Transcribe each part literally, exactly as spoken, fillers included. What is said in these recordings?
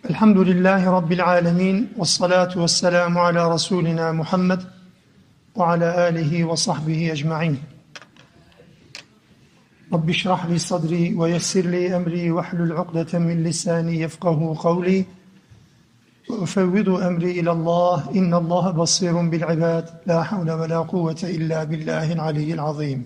Elhamdülillahi Rabbil alemin. Vessalatu vesselamu ala Resulina Muhammed ve ala alihi ve sahbihi ecma'in. Rabbi şrah li sadri ve yessir li emri ve hlul uqdeten min lisani yefkahu kavli ve ufevvidu emri ilallah. İnnallâhe basirun bil ibad. La havle ve la kuvvete illa billahil aliyyil azim.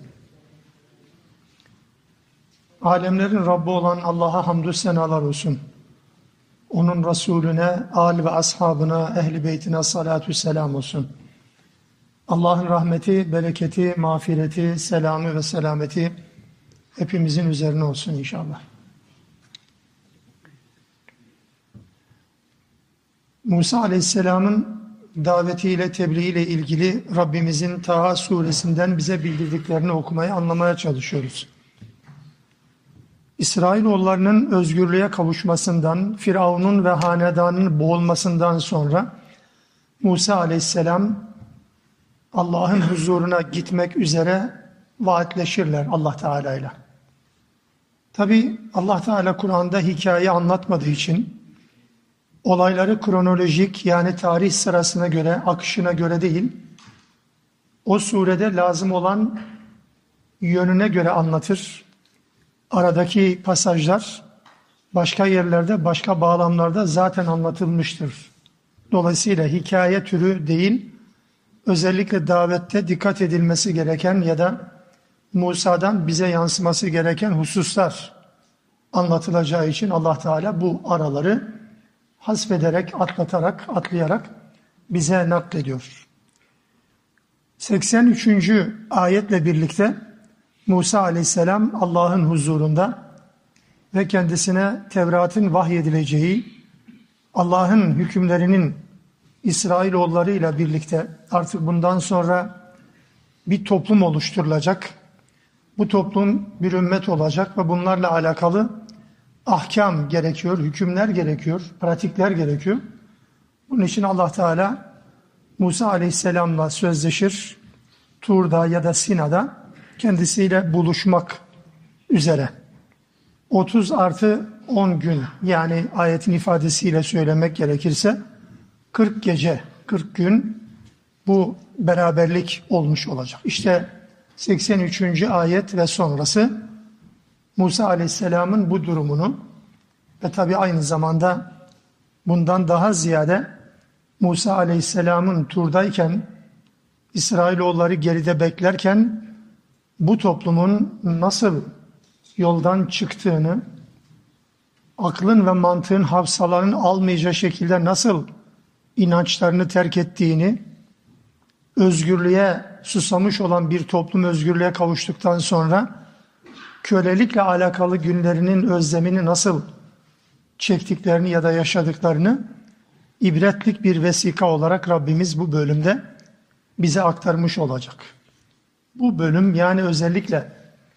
Alemlerin Rabbi olan Allah'a hamdü senalar olsun. Onun Resulüne, âl ve ashabına, ehl-i beytine salatu selam olsun. Allah'ın rahmeti, bereketi, mağfireti, selamı ve selameti hepimizin üzerine olsun inşallah. Musa Aleyhisselam'ın davetiyle, tebliğiyle ilgili Rabbimizin Taha suresinden bize bildirdiklerini okumaya, anlamaya çalışıyoruz. İsrailoğullarının özgürlüğe kavuşmasından, Firavun'un ve hanedanının boğulmasından sonra Musa Aleyhisselam Allah'ın huzuruna gitmek üzere vaatleşirler Allah Teala ile. Tabi Allah Teala Kur'an'da hikaye anlatmadığı için olayları kronolojik, yani tarih sırasına göre, akışına göre değil, o surede lazım olan yönüne göre anlatır. Aradaki pasajlar başka yerlerde, başka bağlamlarda zaten anlatılmıştır. Dolayısıyla hikaye türü değil, özellikle davette dikkat edilmesi gereken ya da Musa'dan bize yansıması gereken hususlar anlatılacağı için Allah Teala bu araları hasbederek, atlatarak, atlayarak bize naklediyor. seksen üçüncü ayetle birlikte Musa Aleyhisselam Allah'ın huzurunda ve kendisine Tevrat'ın vahyedileceği, Allah'ın hükümlerinin İsrailoğullarıyla birlikte artık bundan sonra bir toplum oluşturulacak. Bu toplum bir ümmet olacak ve bunlarla alakalı ahkam gerekiyor, hükümler gerekiyor, pratikler gerekiyor. Bunun için Allah Teala Musa Aleyhisselam'la sözleşir, Tur'da ya da Sina'da kendisiyle buluşmak üzere. otuz artı on gün, yani ayetin ifadesiyle söylemek gerekirse kırk gece, kırk gün bu beraberlik olmuş olacak. İşte seksen üçüncü ayet ve sonrası Musa Aleyhisselam'ın bu durumunu ve tabi aynı zamanda bundan daha ziyade Musa Aleyhisselam'ın Tur'dayken, İsrailoğulları geride beklerken bu toplumun nasıl yoldan çıktığını, aklın ve mantığın hafsalarının almayacağı şekilde nasıl inançlarını terk ettiğini, özgürlüğe susamış olan bir toplum özgürlüğe kavuştuktan sonra kölelikle alakalı günlerinin özlemini nasıl çektiklerini ya da yaşadıklarını ibretlik bir vesika olarak Rabbimiz bu bölümde bize aktarmış olacak. Bu bölüm, yani özellikle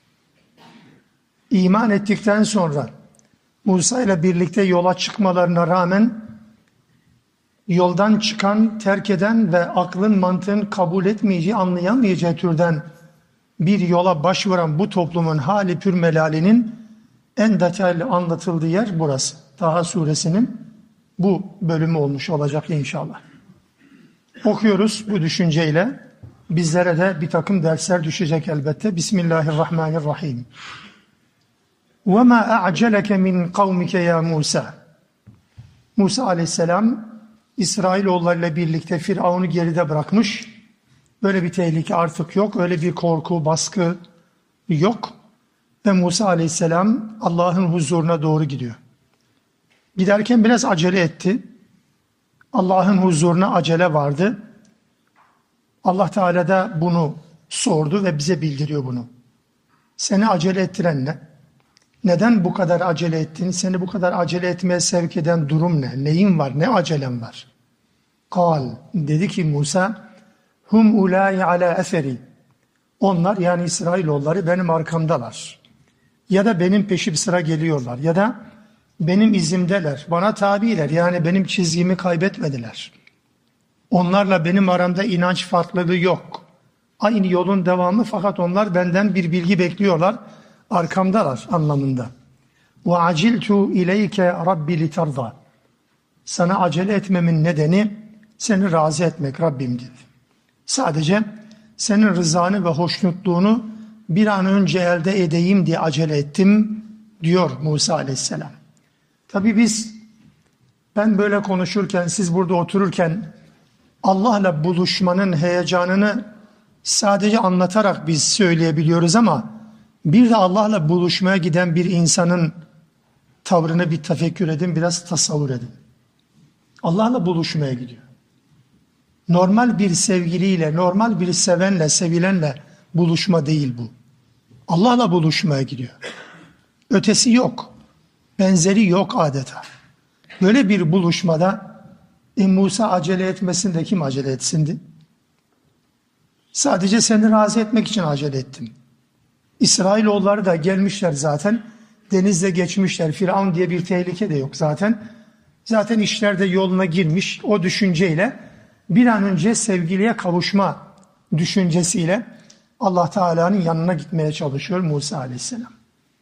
iman ettikten sonra Musa ile birlikte yola çıkmalarına rağmen yoldan çıkan, terk eden ve aklın mantığın kabul etmeyeceği, anlayamayacağı türden bir yola başvuran bu toplumun hali pür melalinin en detaylı anlatıldığı yer burası. Taha suresinin bu bölümü olmuş olacak inşallah. Okuyoruz bu düşünceyle. Bizlere de bir takım dersler düşecek elbette. Bismillahirrahmanirrahim. وَمَا أَعْجَلَكَ مِنْ قَوْمِكَ ya Musa. Musa Aleyhisselam İsrailoğullarıyla birlikte Firavun'u geride bırakmış. Böyle bir tehlike artık yok. Öyle bir korku, baskı yok. Ve Musa Aleyhisselam Allah'ın huzuruna doğru gidiyor. Giderken biraz acele etti. Allah'ın huzuruna acele vardı. Allah Teala da bunu sordu ve bize bildiriyor bunu. Seni acele ettiren ne? Neden bu kadar acele ettin? Seni bu kadar acele etmeye sevk eden durum ne? Neyin var? Ne acelen var? Kal, dedi ki Musa, hum ulai ala eseri. Onlar, yani İsrailoğulları benim arkamdalar. Ya da benim peşim sıra geliyorlar. Ya da benim izimdeler. Bana tabiler. Yani benim çizgimi kaybetmediler. Onlarla benim aramda inanç farklılığı yok. Aynı yolun devamı, fakat onlar benden bir bilgi bekliyorlar. Arkamdalar anlamında. وَعَجِلْتُ اِلَيْكَ رَبِّ لِتَرْضَى. Sana acele etmemin nedeni seni razı etmek Rabbim dedi. Sadece senin rızanı ve hoşnutluğunu bir an önce elde edeyim diye acele ettim diyor Musa aleyhisselam. Tabii biz, ben böyle konuşurken, siz burada otururken Allah'la buluşmanın heyecanını sadece anlatarak biz söyleyebiliyoruz ama bir de Allah'la buluşmaya giden bir insanın tavrını bir tefekkür edin, biraz tasavvur edin. Allah'la buluşmaya gidiyor. Normal bir sevgiliyle, normal bir sevenle, sevilenle buluşma değil bu. Allah'la buluşmaya gidiyor. Ötesi yok. Benzeri yok adeta. Böyle bir buluşmada e, Musa acele etmesin de kim acele etsindi? Sadece seni razı etmek için acele ettim. İsrailoğulları da gelmişler zaten. Denizde geçmişler. Firavun diye bir tehlike de yok zaten. Zaten işler de yoluna girmiş. O düşünceyle bir an önce sevgiliye kavuşma düşüncesiyle Allah Teala'nın yanına gitmeye çalışıyor Musa aleyhisselam.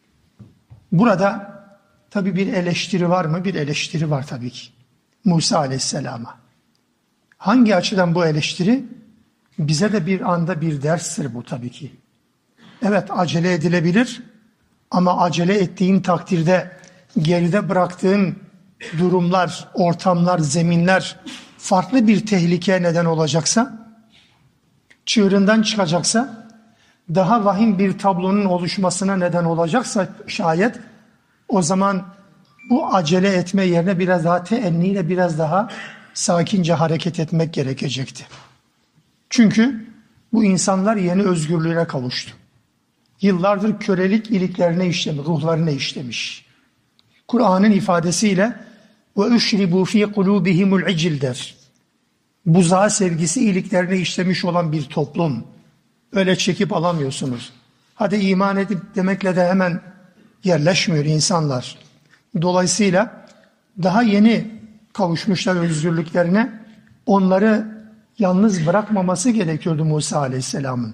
Burada tabii bir eleştiri var mı? Bir eleştiri var tabii ki Musa aleyhisselama. Hangi açıdan bu eleştiri? Bize de bir anda bir derstir bu tabii ki. Evet, acele edilebilir ama acele ettiğin takdirde geride bıraktığın durumlar, ortamlar, zeminler farklı bir tehlikeye neden olacaksa, çığırından çıkacaksa, daha vahim bir tablonun oluşmasına neden olacaksa şayet, o zaman bu acele etme yerine biraz daha teenniyle, biraz daha sakince hareket etmek gerekecekti. Çünkü bu insanlar yeni özgürlüğüne kavuştu. Yıllardır kölelik iliklerine işlemiş, ruhlarına işlemiş. Kur'an'ın ifadesiyle وَاُشْرِبُوا ف۪ي قُلُوبِهِمُ الْعِجِلْ der. Buzağı sevgisi iliklerine işlemiş olan bir toplum. Öyle çekip alamıyorsunuz. Hadi iman edip demekle de hemen yerleşmiyor insanlar. Dolayısıyla daha yeni kavuşmuşlar özgürlüklerine, onları yalnız bırakmaması gerekiyordu Musa Aleyhisselam'ın.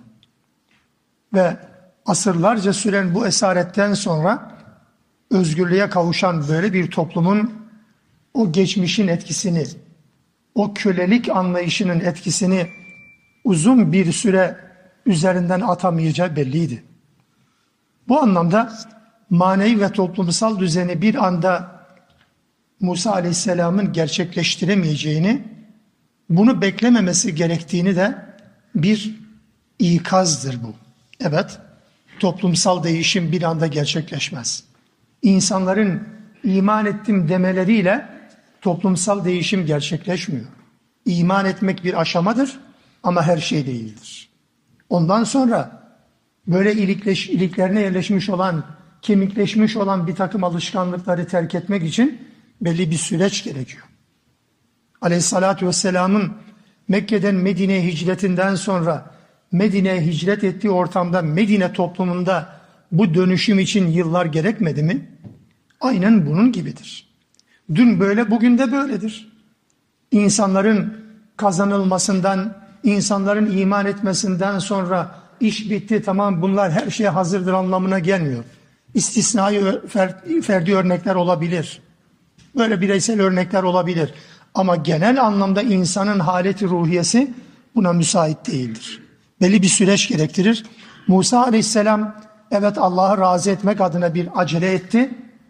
Ve asırlarca süren bu esaretten sonra özgürlüğe kavuşan böyle bir toplumun o geçmişin etkisini, o kölelik anlayışının etkisini uzun bir süre üzerinden atamayacağı belliydi. Bu anlamda manevi ve toplumsal düzeni bir anda Musa Aleyhisselam'ın gerçekleştiremeyeceğini, bunu beklememesi gerektiğini de bir ikazdır bu. Evet, toplumsal değişim bir anda gerçekleşmez. İnsanların iman ettim demeleriyle toplumsal değişim gerçekleşmiyor. İman etmek bir aşamadır ama her şey değildir. Ondan sonra böyle ilikleş, iliklerine yerleşmiş olan, kemikleşmiş olan bir takım alışkanlıkları terk etmek için belli bir süreç gerekiyor. Aleyhissalatü vesselamın Mekke'den Medine'ye hicretinden sonra Medine'ye hicret ettiği ortamda, Medine toplumunda bu dönüşüm için yıllar gerekmedi mi? Aynen bunun gibidir. Dün böyle, bugün de böyledir. İnsanların kazanılmasından, insanların iman etmesinden sonra iş bitti, tamam bunlar her şeye hazırdır anlamına gelmiyor. İstisnai ferdi örnekler olabilir. Böyle bireysel örnekler olabilir. Ama genel anlamda insanın haleti ruhiyesi buna müsait değildir. Belli bir süreç gerektirir. Musa Aleyhisselam evet Allah'ı razı etmek adına bir acele etti.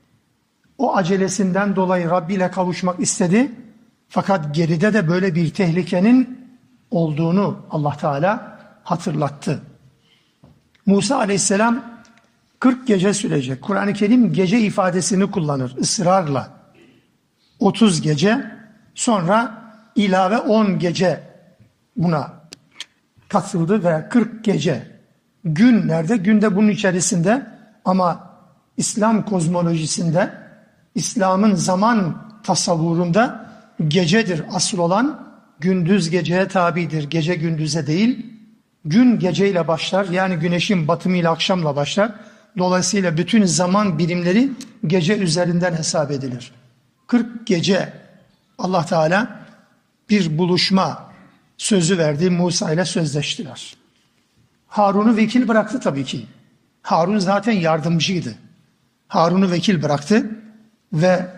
O acelesinden dolayı Rabbi ile kavuşmak istedi. Fakat geride de böyle bir tehlikenin olduğunu Allah Teala hatırlattı. Musa Aleyhisselam kırk gece sürecek. Kur'an-ı Kerim gece ifadesini kullanır ısrarla. otuz gece, sonra ilave on gece buna katıldı ve kırk gece. Gün nerede? Gün de bunun içerisinde ama İslam kozmolojisinde, İslam'ın zaman tasavvurunda gecedir asıl olan, gündüz geceye tabidir. Gece gündüze değil, gün geceyle başlar, yani güneşin batımıyla akşamla başlar. Dolayısıyla bütün zaman birimleri gece üzerinden hesap edilir. kırk gece Allah Teala bir buluşma sözü verdi, Musa ile sözleştiler. Harun'u vekil bıraktı tabii ki. Harun zaten yardımcıydı. Harun'u vekil bıraktı ve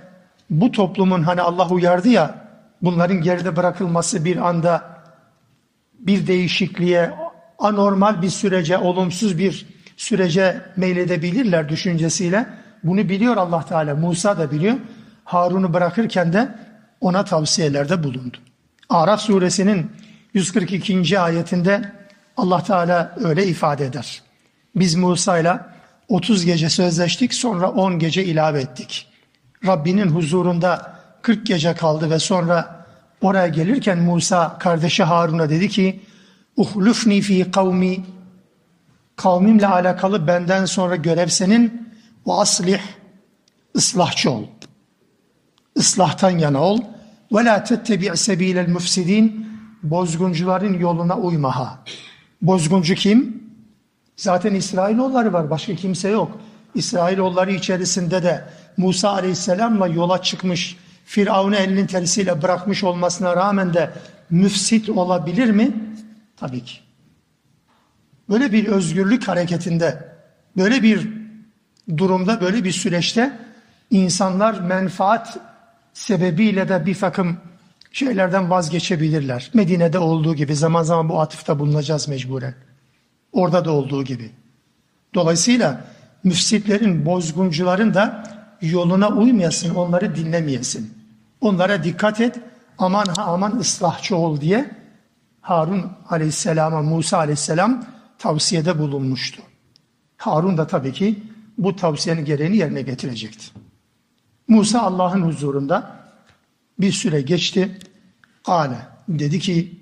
bu toplumun hani Allah uyardı ya, bunların geride bırakılması bir anda bir değişikliğe, anormal bir sürece, olumsuz bir sürece meyledebilirler düşüncesiyle. Bunu biliyor Allah Teala. Musa da biliyor. Harun'u bırakırken de ona tavsiyelerde bulundu. Araf suresinin yüz kırk ikinci ayetinde Allah Teala öyle ifade eder. Biz Musa'yla otuz gece sözleştik, sonra on gece ilave ettik. Rabbinin huzurunda kırk gece kaldı ve sonra oraya gelirken Musa kardeşi Harun'a dedi ki: "Uhlufni fi kavmi." Kavmimle alakalı benden sonra görev senin. "Ve aslih." ıslahçı ol. Islahtan yana ol. "Ve la tettebi' sebilel müfsidin." Bozguncuların yoluna uyma ha. Bozguncu kim? Zaten İsrailoğulları var. Başka kimse yok. İsrailoğulları içerisinde de Musa Aleyhisselam'la yola çıkmış, Firavun'u elinin tersiyle bırakmış olmasına rağmen de müfsit olabilir mi? Tabii ki. Böyle bir özgürlük hareketinde, böyle bir durumda, böyle bir süreçte insanlar menfaat sebebiyle de bir takım şeylerden vazgeçebilirler. Medine'de olduğu gibi, zaman zaman bu atıfta bulunacağız mecburen. Orada da olduğu gibi. Dolayısıyla müfsitlerin, bozguncuların da yoluna uymayasın, onları dinlemeyesin. Onlara dikkat et, aman ha aman ıslahçı ol diye Harun Aleyhisselam'a Musa Aleyhisselam tavsiyede bulunmuştu. Harun da tabii ki bu tavsiyenin gereğini yerine getirecekti. Musa Allah'ın huzurunda bir süre geçti. Kâle, dedi ki: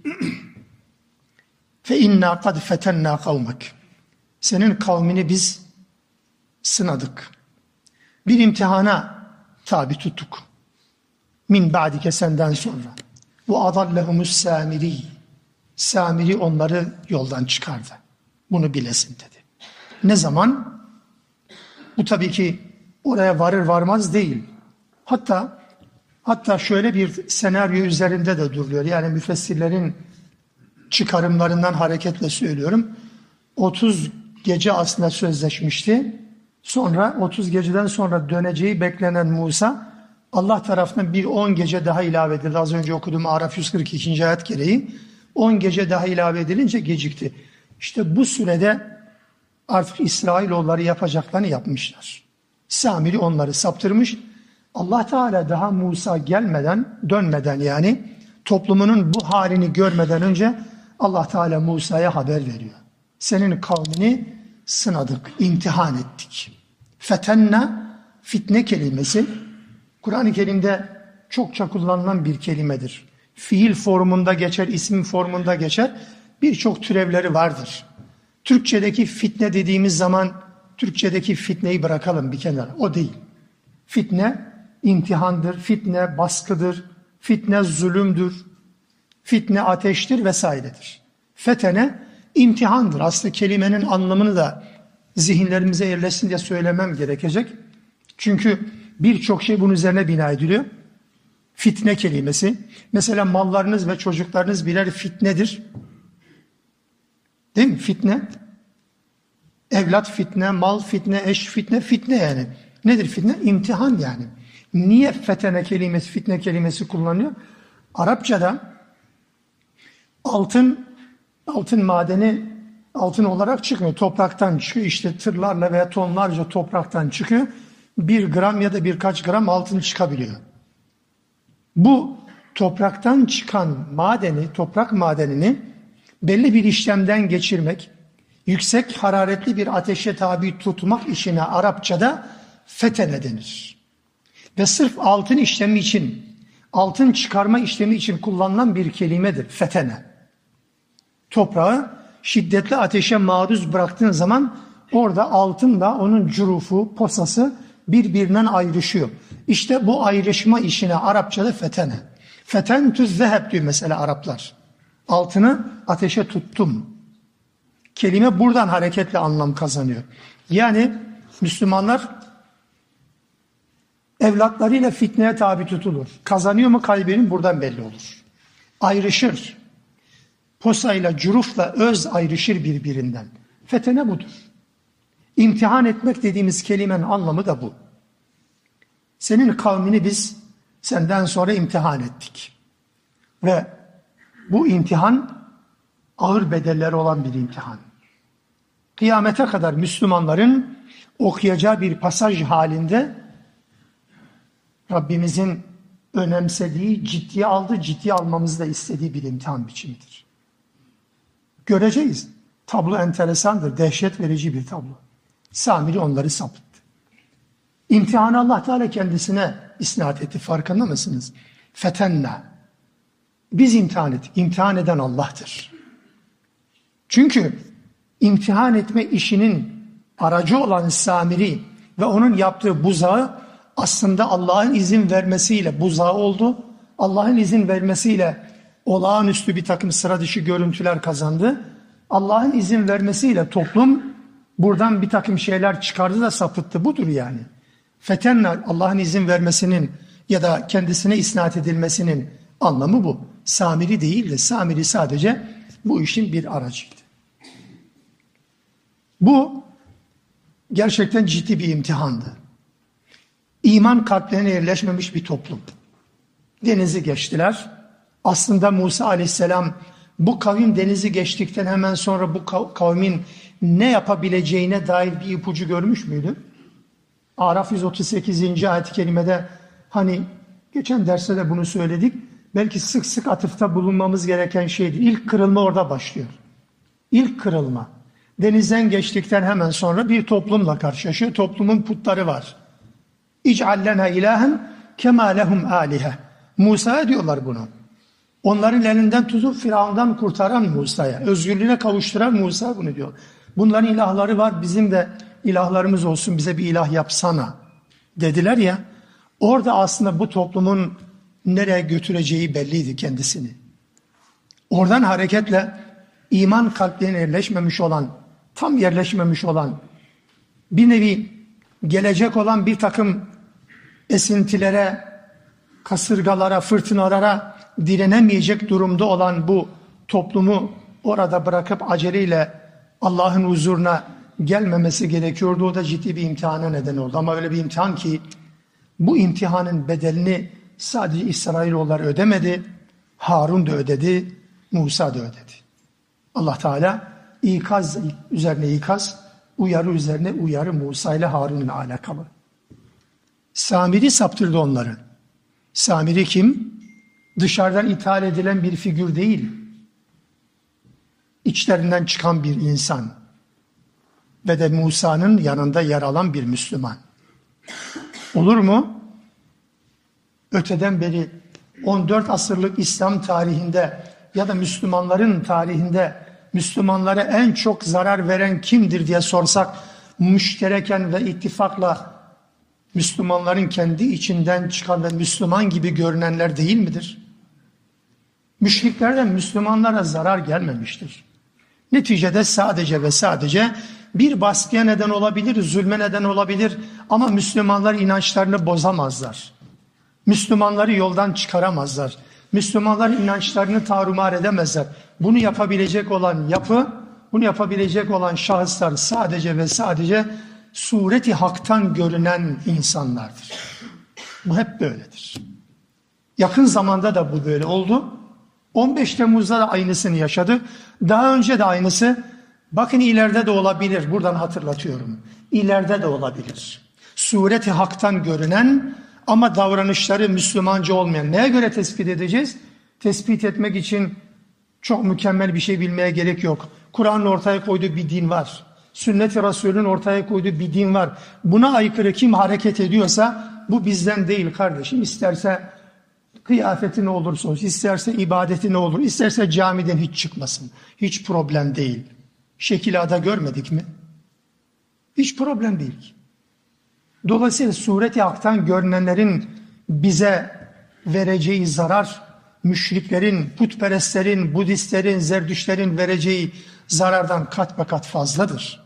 "Fe inna kad fetenna kavmek." Senin kavmini biz sınadık. Bir imtihana tabi tuttuk. Min ba'dike, senden sonra. Ve adallehumus samiri. Samiri onları yoldan çıkardı. Bunu bilesin dedi. Ne zaman? Bu tabii ki oraya varır varmaz değil. Hatta hatta şöyle bir senaryo üzerinde de duruluyor. Yani müfessirlerin çıkarımlarından hareketle söylüyorum. otuz gece aslında sözleşmişti. Sonra otuz geceden sonra döneceği beklenen Musa Allah tarafından bir on gece daha ilave edildi. Az önce okuduğum Araf yüz kırk ikinci ayet gereği on gece daha ilave edilince gecikti. İşte bu sürede artık İsrailoğulları yapacaklarını yapmışlar. Samiri onları saptırmış. Allah Teala daha Musa gelmeden, dönmeden yani toplumunun bu halini görmeden önce Allah Teala Musa'ya haber veriyor. Senin kavmini sınadık, imtihan ettik. Fetenna, fitne kelimesi Kur'an-ı Kerim'de çokça kullanılan bir kelimedir. Fiil formunda geçer, isim formunda geçer. Birçok türevleri vardır. Türkçedeki fitne dediğimiz zaman Türkçedeki fitneyi bırakalım bir kenara. O değil. Fitne imtihandır, fitne baskıdır, fitne zulümdür, fitne ateştir vesairedir. Fetene imtihandır. Aslında kelimenin anlamını da zihinlerimize yerleşsin diye söylemem gerekecek. Çünkü birçok şey bunun üzerine bina ediliyor. Fitne kelimesi. Mesela mallarınız ve çocuklarınız birer fitnedir. Değil mi? Fitne. Evlat fitne, mal fitne, eş fitne, fitne yani. Nedir fitne? İmtihan yani. Niye fetene kelimesi, fitne kelimesi kullanılıyor? Arapçada altın, altın madeni altın olarak çıkmıyor. Topraktan çıkıyor. İşte tırlarla veya tonlarca topraktan çıkıyor. Bir gram ya da birkaç gram altın çıkabiliyor. Bu topraktan çıkan madeni, toprak madenini belli bir işlemden geçirmek, yüksek hararetli bir ateşe tabi tutmak işine Arapçada fetene denir. Ve sırf altın işlemi için, altın çıkarma işlemi için kullanılan bir kelimedir fetene. Toprağı şiddetli ateşe maruz bıraktığın zaman orada altınla onun curufu, posası birbirinden ayrışıyor. İşte bu ayrışma işine Arapçada fetene. Fetentüz zeheb diyor mesela Araplar. Altını ateşe tuttum. Kelime buradan hareketle anlam kazanıyor. Yani Müslümanlar evlatlarıyla fitneye tabi tutulur. Kazanıyor mu kaybediyor mu buradan belli olur. Ayrışır. Posayla, curufla öz ayrışır birbirinden. Fetene budur. İmtihan etmek dediğimiz kelimenin anlamı da bu. Senin kavmini biz Senden sonra imtihan ettik. Ve bu imtihan ağır bedelleri olan bir imtihan. Kıyamete kadar Müslümanların okuyacağı bir pasaj halinde Rabbimizin önemsediği, ciddiye aldığı, ciddiye almamızı da istediği bir imtihan biçimidir. Göreceğiz. Tablo enteresandır, dehşet verici bir tablo. Samiri onları sapıttı. İmtihanı Allah Teala kendisine isnat etti. Farkında mısınız? Fetenna. Biz imtihan ettik. İmtihan eden Allah'tır. Çünkü imtihan etme işinin aracı olan Samiri ve onun yaptığı buzağı aslında Allah'ın izin vermesiyle buzağı oldu. Allah'ın izin vermesiyle olağanüstü bir takım sıra dışı görüntüler kazandı. Allah'ın izin vermesiyle toplum buradan bir takım şeyler çıkardı da sapıttı. Budur yani. Fetenler Allah'ın izin vermesinin ya da kendisine isnat edilmesinin anlamı bu. Samiri değildi. Samiri sadece bu işin bir aracıydı. Bu gerçekten ciddi bir imtihandı. İman kalplerine yerleşmemiş bir toplum. Denizi geçtiler. Aslında Musa aleyhisselam bu kavim denizi geçtikten hemen sonra bu kavmin ne yapabileceğine dair bir ipucu görmüş müydü? Araf yüz otuz sekizinci ayet-i kerimede hani geçen derste de bunu söyledik. Belki sık sık atıfta bulunmamız gereken şeydi. İlk kırılma orada başlıyor. İlk kırılma. Denizden geçtikten hemen sonra bir toplumla karşılaşıyor. Toplumun putları var. İc'al lena ilahen kema lehum alihe. Musa'ya diyorlar bunu. Onların elinden tutup Firavun'dan kurtaran Musa'ya, özgürlüğüne kavuşturan Musa bunu diyor. Bunların ilahları var, bizim de ilahlarımız olsun, bize bir ilah yapsana dediler ya. Orada aslında bu toplumun nereye götüreceği belliydi kendisini. Oradan hareketle iman kalplerine yerleşmemiş olan, tam yerleşmemiş olan, bir nevi gelecek olan bir takım esintilere, kasırgalara, fırtınalara direnemeyecek durumda olan bu toplumu orada bırakıp aceleyle Allah'ın huzuruna gelmemesi gerekiyordu. O da ciddi bir imtihana neden oldu. Ama öyle bir imtihan ki bu imtihanın bedelini sadece İsrailoğulları ödemedi, Harun da ödedi, Musa da ödedi. Allah Teala ikaz üzerine ikaz, uyarı üzerine uyarı Musa ile Harun'la alakalı. Samiri saptırdı onları. Samiri kim? Dışarıdan ithal edilen bir figür değil. İçlerinden çıkan bir insan. Ve de Musa'nın yanında yer alan bir Müslüman. Olur mu? Öteden beri on dört asırlık İslam tarihinde ya da Müslümanların tarihinde Müslümanlara en çok zarar veren kimdir diye sorsak müştereken ve ittifakla Müslümanların kendi içinden çıkan ve Müslüman gibi görünenler değil midir? Müşriklerden Müslümanlara zarar gelmemiştir. Neticede sadece ve sadece bir baskıya neden olabilir, zulme neden olabilir ama Müslümanlar inançlarını bozamazlar. Müslümanları yoldan çıkaramazlar. Müslümanlar inançlarını tarumar edemezler. Bunu yapabilecek olan yapı, bunu yapabilecek olan şahıslar sadece ve sadece sureti haktan görünen insanlardır. Bu hep böyledir. Yakın zamanda da bu böyle oldu. on beş Temmuz'da da aynısını yaşadı. Daha önce de aynısı. Bakın ileride de olabilir. Buradan hatırlatıyorum. İleride de olabilir. Sureti haktan görünen ama davranışları Müslümanca olmayan. Neye göre tespit edeceğiz? Tespit etmek için çok mükemmel bir şey bilmeye gerek yok. Kur'an'ın ortaya koyduğu bir din var. Sünnet-i Resul'ün ortaya koyduğu bir din var. Buna aykırı kim hareket ediyorsa bu bizden değil kardeşim. İsterse kıyafeti ne olursa olsun, isterse ibadeti ne olur, isterse camiden hiç çıkmasın. Hiç problem değil. Şekil ada görmedik mi? Hiç problem değil. Dolayısıyla sureti haktan görünenlerin bize vereceği zarar, müşriklerin, putperestlerin, Budistlerin, Zerdüşlerin vereceği zarardan kat be kat fazladır.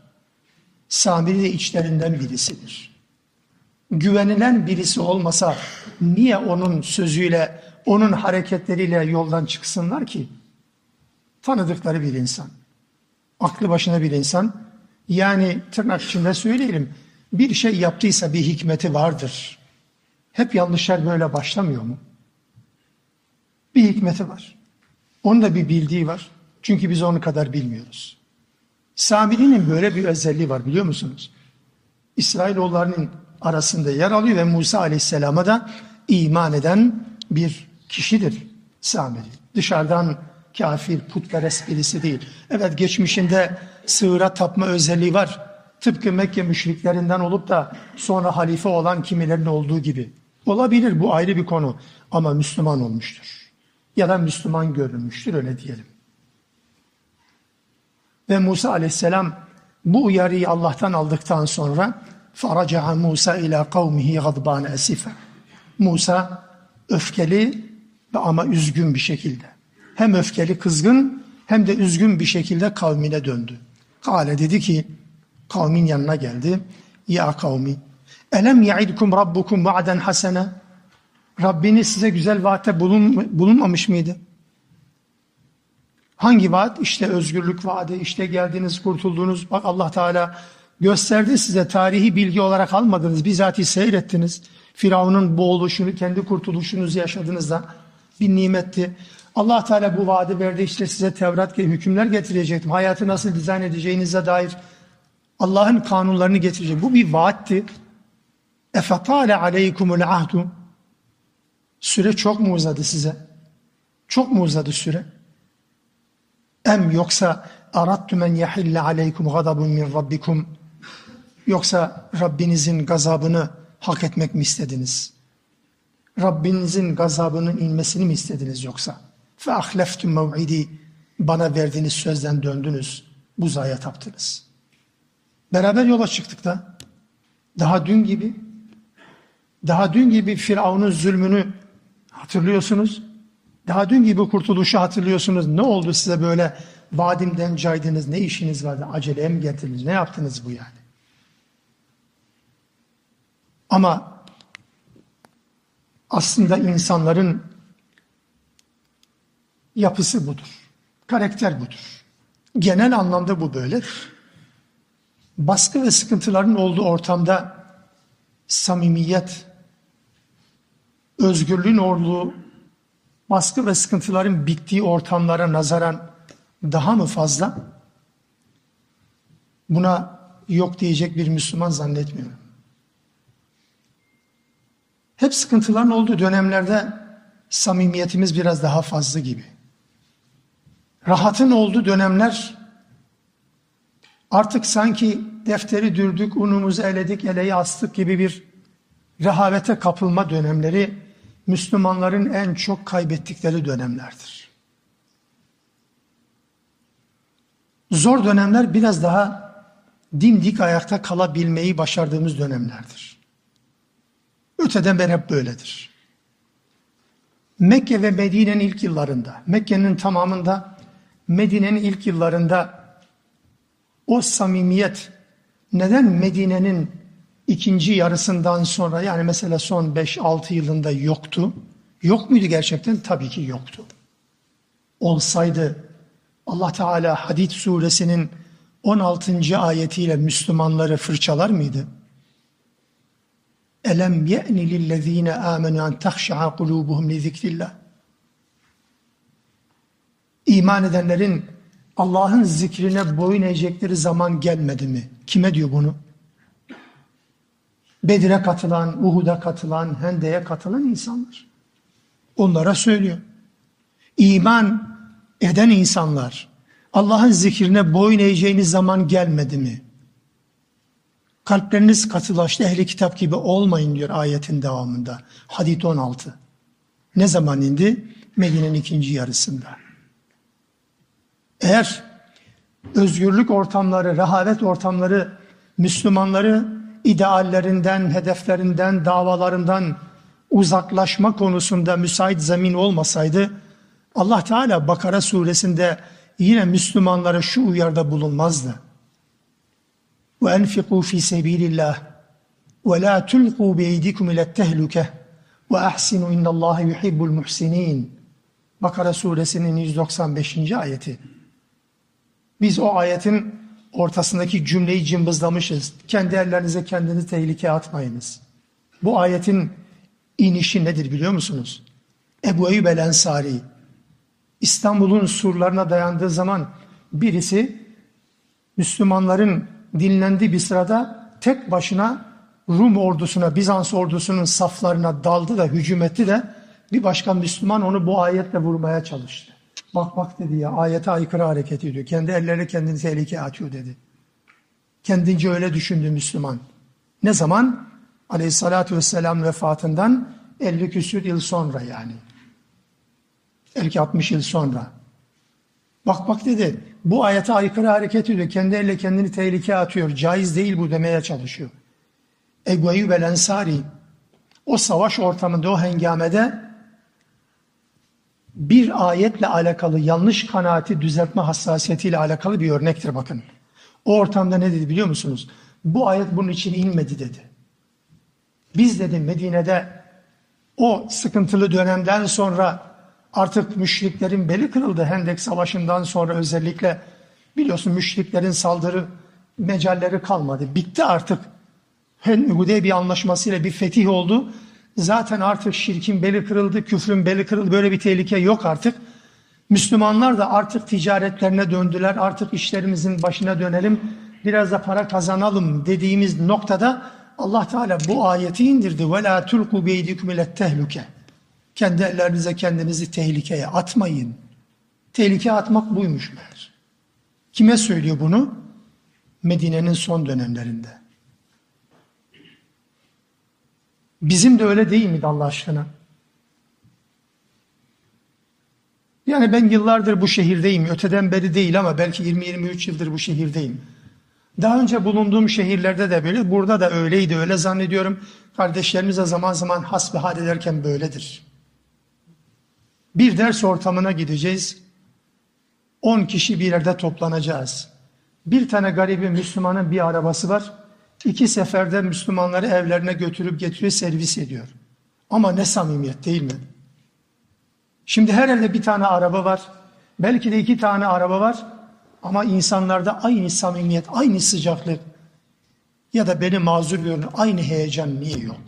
Samiri de içlerinden birisidir. Güvenilen birisi olmasa niye onun sözüyle, onun hareketleriyle yoldan çıksınlar ki? Tanıdıkları bir insan, aklı başına bir insan, yani tırnak içinde söyleyelim, bir şey yaptıysa bir hikmeti vardır. Hep yanlışlar böyle başlamıyor mu? Bir hikmeti var. Onun da bir bildiği var. Çünkü biz onu kadar bilmiyoruz. Samiri'nin böyle bir özelliği var, biliyor musunuz? İsrailoğullarının arasında yer alıyor ve Musa Aleyhisselam'a da iman eden bir kişidir Samiri. Dışarıdan kafir, putperest birisi değil. Evet, geçmişinde sığıra tapma özelliği var. Tıpkı Mekke müşriklerinden olup da sonra halife olan kimilerin olduğu gibi. Olabilir, bu ayrı bir konu. Ama Müslüman olmuştur. Ya da Müslüman görünmüştür, öyle diyelim. Ve Musa Aleyhisselam bu uyarıyı Allah'tan aldıktan sonra فَرَجَعَ مُوسَى اِلَى قَوْمِهِ غَضْبَانَ أَسِفًا. Musa öfkeli ve ama üzgün bir şekilde. Hem öfkeli, kızgın hem de üzgün bir şekilde kavmine döndü. Kale dedi ki, kavmin yanına geldi. Ya kavmi, elem yaidkum rabbukum va'den hasene. Rabbiniz size güzel vaatte bulun, bulunmamış mıydı? Hangi vaat? İşte özgürlük vaadi, işte geldiniz, kurtuldunuz. Bak Allah Teala gösterdi size, tarihi bilgi olarak almadınız. Bizatihi seyrettiniz. Firavun'un boğuluşunu, kendi kurtuluşunuzu yaşadığınızda bir nimetti. Allah Teala bu vaadi verdi, işte size Tevrat gibi hükümler getirecektim. Hayatı nasıl dizayn edeceğinize dair Allah'ın kanunlarını getirecek. Bu bir vaatti. اَفَطَالَ عَلَيْكُمُ الْعَهْدُ. Süre çok mu uzadı size? Çok mu uzadı süre? Em yoksa aradtu men yahille aleykum gadabun min rabbikum. Yoksa Rabbinizin gazabını hak etmek mi istediniz? Rabbinizin gazabının inmesini mi istediniz yoksa? Fe ahleftum mev'idi. Bana verdiğiniz sözden döndünüz. Buzaya taptınız. Beraber yola çıktık da daha dün gibi daha dün gibi Firavun'un zulmünü hatırlıyorsunuz. Daha dün gibi kurtuluşu hatırlıyorsunuz. Ne oldu size böyle vadimden caydınız? Ne işiniz vardı? Aceleye mi getirdiniz? Ne yaptınız bu yani? Ama aslında insanların yapısı budur. Karakter budur. Genel anlamda bu böyledir. Baskı ve sıkıntıların olduğu ortamda samimiyet, özgürlüğün olduğu, baskı ve sıkıntıların bittiği ortamlara nazaran daha mı fazla? Buna yok diyecek bir Müslüman zannetmiyorum. Hep sıkıntıların olduğu dönemlerde samimiyetimiz biraz daha fazla gibi. Rahatın olduğu dönemler artık sanki defteri dürdük, unumuzu eledik, eleği astık gibi bir rehavete kapılma dönemleri Müslümanların en çok kaybettikleri dönemlerdir. Zor dönemler biraz daha dimdik ayakta kalabilmeyi başardığımız dönemlerdir. Öteden beri hep böyledir. Mekke ve Medine'nin ilk yıllarında, Mekke'nin tamamında, Medine'nin ilk yıllarında o samimiyet neden Medine'nin ikinci yarısından sonra, yani mesela son beş altı yılında yoktu? Yok muydu gerçekten? Tabii ki yoktu. Olsaydı Allah Teala Hadid suresinin on altıncı ayetiyle Müslümanları fırçalar mıydı? Elem ye'ni lillezine amenu en tahşa'a kulubuhum li zikrillah. İman edenlerin Allah'ın zikrine boyun eğecekleri zaman gelmedi mi? Kime diyor bunu? Bedir'e katılan, Uhud'a katılan, Hende'ye katılan insanlar. Onlara söylüyor. İman eden insanlar, Allah'ın zikrine boyun eğeceğiniz zaman gelmedi mi? Kalpleriniz katılaştı, ehli kitap gibi olmayın diyor ayetin devamında. Hadid on altı. Ne zaman indi? Medine'nin ikinci yarısında. Eğer özgürlük ortamları, rehavet ortamları Müslümanları ideallerinden, hedeflerinden, davalarından uzaklaşma konusunda müsait zemin olmasaydı, Allah Teala Bakara suresinde yine Müslümanlara şu uyarda bulunmazdı. وَاَنْفِقُوا ف۪ي سَب۪يلِ اللّٰهِ وَلَا تُلْقُوا بِاَيْدِكُمْ اِلَى التَّهْلُكَةِ وَاَحْسِنُوا اِنَّ اللّٰهِ يُحِبُّ الْمُحْسِنِينَ. Bakara suresinin yüz doksan beşinci ayeti. Biz o ayetin ortasındaki cümleyi cımbızlamışız. Kendi ellerinize kendinizi tehlikeye atmayınız. Bu ayetin inişi nedir biliyor musunuz? Ebu Eyyub el-Ensari İstanbul'un surlarına dayandığı zaman birisi Müslümanların dinlendiği bir sırada tek başına Rum ordusuna, Bizans ordusunun saflarına daldı da hücum etti de bir başka Müslüman onu bu ayetle vurmaya çalıştı. Bak bak dedi ya, ayete aykırı hareket ediyor. Kendi elleri kendini tehlikeye atıyor dedi. Kendince öyle düşündü Müslüman. Ne zaman? Aleyhissalatü vesselam vefatından elli küsür yıl sonra yani. elli altmış yıl sonra. Bak bak dedi, bu ayete aykırı hareket ediyor. Kendi elle kendini tehlikeye atıyor. Caiz değil bu demeye çalışıyor. Ebu Eyyub el-Ensari o savaş ortamında, o hengamede bir ayetle alakalı yanlış kanaati düzeltme hassasiyetiyle alakalı bir örnektir bakın. O ortamda ne dedi biliyor musunuz? Bu ayet bunun için inmedi dedi. Biz dedi Medine'de o sıkıntılı dönemden sonra artık müşriklerin beli kırıldı. Hendek Savaşı'ndan sonra özellikle biliyorsun müşriklerin saldırı mecalleri kalmadı. Bitti artık. Hudeybiye anlaşmasıyla bir fetih oldu. Zaten artık şirkin beli kırıldı, küfrün beli kırıldı. Böyle bir tehlike yok artık. Müslümanlar da artık ticaretlerine döndüler. Artık işlerimizin başına dönelim. Biraz da para kazanalım dediğimiz noktada Allah Teala bu ayeti indirdi. وَلَا تُلْقُوا بَيْدِكُمْ اِلَى التَّهْلُكَ Kendi ellerinize kendinizi tehlikeye atmayın. Tehlikeye atmak buymuş meğer. Kime söylüyor bunu? Medine'nin son dönemlerinde. Bizim de öyle değil miydi Allah aşkına? Yani ben yıllardır bu şehirdeyim. Öteden beri değil ama belki yirmi yirmi üç yıldır bu şehirdeyim. Daha önce bulunduğum şehirlerde de böyle, burada da öyleydi, öyle zannediyorum. Kardeşlerimiz de zaman zaman hasbihal ederken böyledir. Bir ders ortamına gideceğiz. On kişi bir yerde toplanacağız. Bir tane garibi Müslümanın bir arabası var. İki seferde Müslümanları evlerine götürüp getiriyor, servis ediyor. Ama ne samimiyet değil mi? Şimdi her evde bir tane araba var. Belki de iki tane araba var. Ama insanlarda aynı samimiyet, aynı sıcaklık ya da beni mazur görün, aynı heyecan niye yok?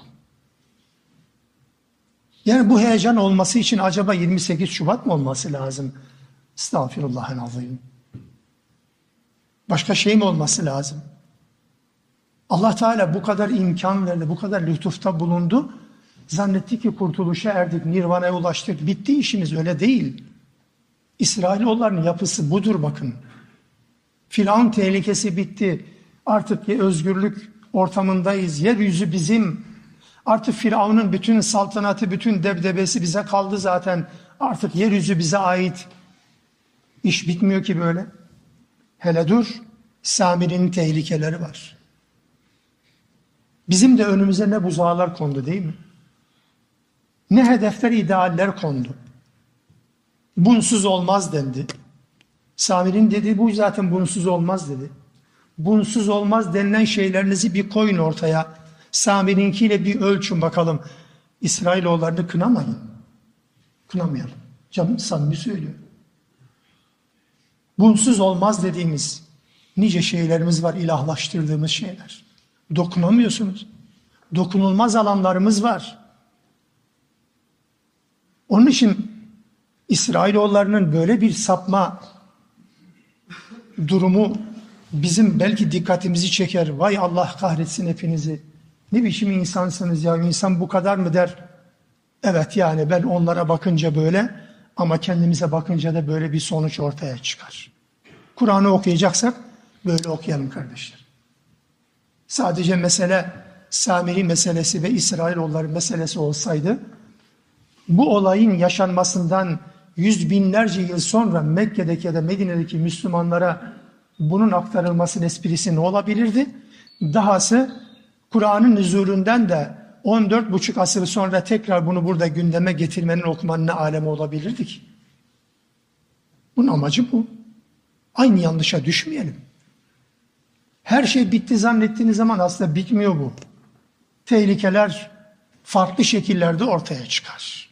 Yani bu heyecan olması için acaba yirmi sekiz Şubat mı olması lazım? Estağfirullahal-azim. Başka şey mi olması lazım? Allah Teala bu kadar imkan verdi, bu kadar lütufta bulundu. Zannetti ki kurtuluşa erdik, nirvana'ya ulaştık. Bitti işimiz, öyle değil. İsrailoğullarının yapısı budur bakın. Firavun tehlikesi bitti. Artık bir özgürlük ortamındayız. Yeryüzü bizim. Artık Firavun'un bütün saltanatı, bütün debdebesi bize kaldı zaten. Artık yeryüzü bize ait. İş bitmiyor ki böyle. Hele dur, Sami'nin tehlikeleri var. Bizim de önümüze ne buzağlar kondu değil mi? Ne hedefler, idealler kondu. Bunsuz olmaz dendi. Sami'nin dediği bu, zaten bunsuz olmaz dedi. Bunsuz olmaz denilen şeylerinizi bir koyun ortaya. Sami'ninkiyle bir ölçün bakalım. İsrailoğullarını kınamayın. Kınamayalım. Canım samimi söylüyor. Bunsuz olmaz dediğimiz nice şeylerimiz var, ilahlaştırdığımız şeyler. Dokunamıyorsunuz. Dokunulmaz alanlarımız var. Onun için İsrailoğullarının böyle bir sapma durumu bizim belki dikkatimizi çeker. Vay Allah kahretsin hepinizi. Ne biçim insansınız ya, insan bu kadar mı der? Evet, yani ben onlara bakınca böyle ama kendimize bakınca da böyle bir sonuç ortaya çıkar. Kur'an'ı okuyacaksak böyle okuyalım kardeşler. Sadece mesele Samiri meselesi ve İsrailoğulları meselesi olsaydı, bu olayın yaşanmasından yüz binlerce yıl sonra Mekke'deki ya da Medine'deki Müslümanlara bunun aktarılmasının esprisi ne olabilirdi? Dahası Kur'an'ın nüzulünden de on dört buçuk asır sonra tekrar bunu burada gündeme getirmenin, okumanın ne alemi olabilirdi ki? Bunun amacı bu. Aynı yanlışa düşmeyelim. Her şey bitti zannettiğiniz zaman aslında bitmiyor bu. Tehlikeler farklı şekillerde ortaya çıkar.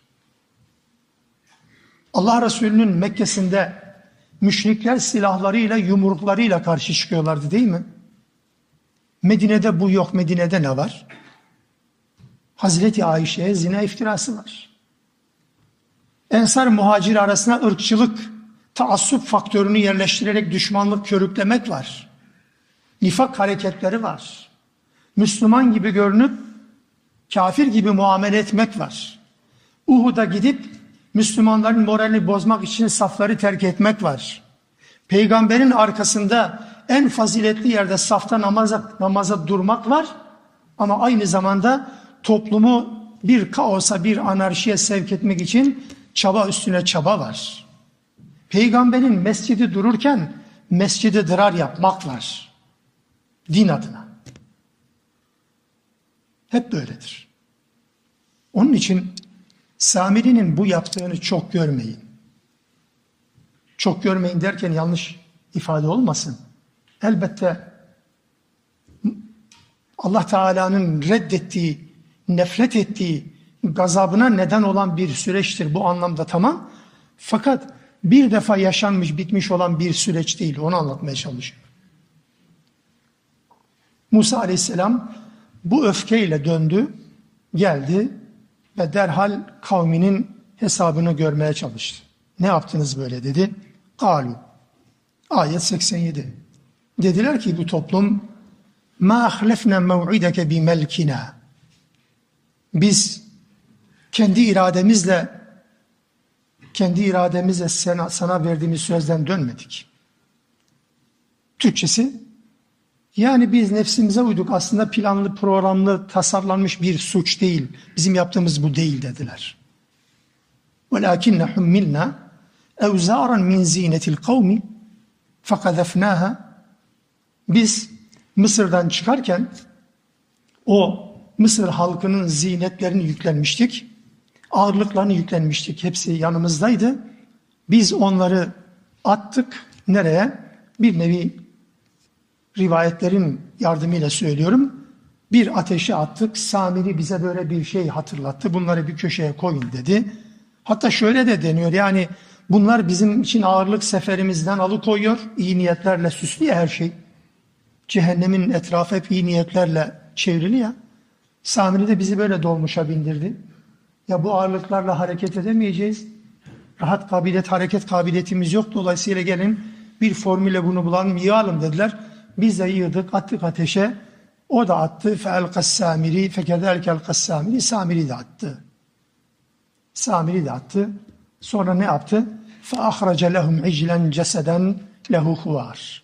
Allah Resulü'nün Mekke'sinde müşrikler silahlarıyla, yumruklarıyla karşı çıkıyorlardı değil mi? Medine'de bu yok. Medine'de ne var? Hazreti Ayşe'ye zina iftirası var. Ensar muhacir arasına ırkçılık, taassup faktörünü yerleştirerek düşmanlık körüklemek var. Nifak hareketleri var. Müslüman gibi görünüp kafir gibi muamele etmek var. Uhud'a gidip Müslümanların moralini bozmak için safları terk etmek var. Peygamberin arkasında en faziletli yerde safta namaza, namaza durmak var. Ama aynı zamanda toplumu bir kaosa, bir anarşiye sevk etmek için çaba üstüne çaba var. Peygamberin mescidi dururken mescidi dırar yapmak var. Din adına. Hep böyledir. Onun için Samiri'nin bu yaptığını çok görmeyin. Çok görmeyin derken yanlış ifade olmasın. Elbette Allah Teala'nın reddettiği, nefret ettiği, gazabına neden olan bir süreçtir bu anlamda, tamam. Fakat bir defa yaşanmış, bitmiş olan bir süreç değil. Onu anlatmaya çalışıyorum. Musa Aleyhisselam bu öfkeyle döndü, geldi ve derhal kavminin hesabını görmeye çalıştı. Ne yaptınız böyle dedi. Kalu. Ayet seksen yedi. Dediler ki bu toplum ma ahlefna mev'ideke bi melkina. Biz kendi irademizle kendi irademizle sana, sana verdiğimiz sözden dönmedik. Türkçesi, yani biz nefsimize uyduk, aslında planlı, programlı, tasarlanmış bir suç değil. Bizim yaptığımız bu değil dediler. وَلَاكِنَّ حُمِّلْنَا اَوْزَارًا مِنْ زِينَةِ الْقَوْمِ فَقَذَفْنَاهَا. Biz Mısır'dan çıkarken o Mısır halkının zinetlerini yüklenmiştik. Ağırlıklarını yüklenmiştik. Hepsi yanımızdaydı. Biz onları attık. Nereye? Bir nevi rivayetlerin yardımıyla söylüyorum. Bir ateşe attık. Samiri bize böyle bir şey hatırlattı. Bunları bir köşeye koyun dedi. Hatta şöyle de deniyor. Yani bunlar bizim için ağırlık seferimizden alıkoyuyor. İyi niyetlerle süslü ya her şey. Cehennemin etrafı hep iyi niyetlerle çevrili ya. Samiri de bizi böyle dolmuşa bindirdi. Ya bu ağırlıklarla hareket edemeyeceğiz. Rahat kabiliyet, hareket kabiliyetimiz yok. Dolayısıyla gelin bir formülle bunu bulalım, yığalım dediler. Biz de yığdık, attık ateşe. O da attı. فَاَلْقَ السَّامِرِي فَكَذَلْكَ الْقَ السَّامِرِي Samiri de attı. Samiri de attı. Sonra ne yaptı? فَاَخْرَجَ لَهُمْ عِجْلًا جَسَدًا لَهُ خُوَارٍ.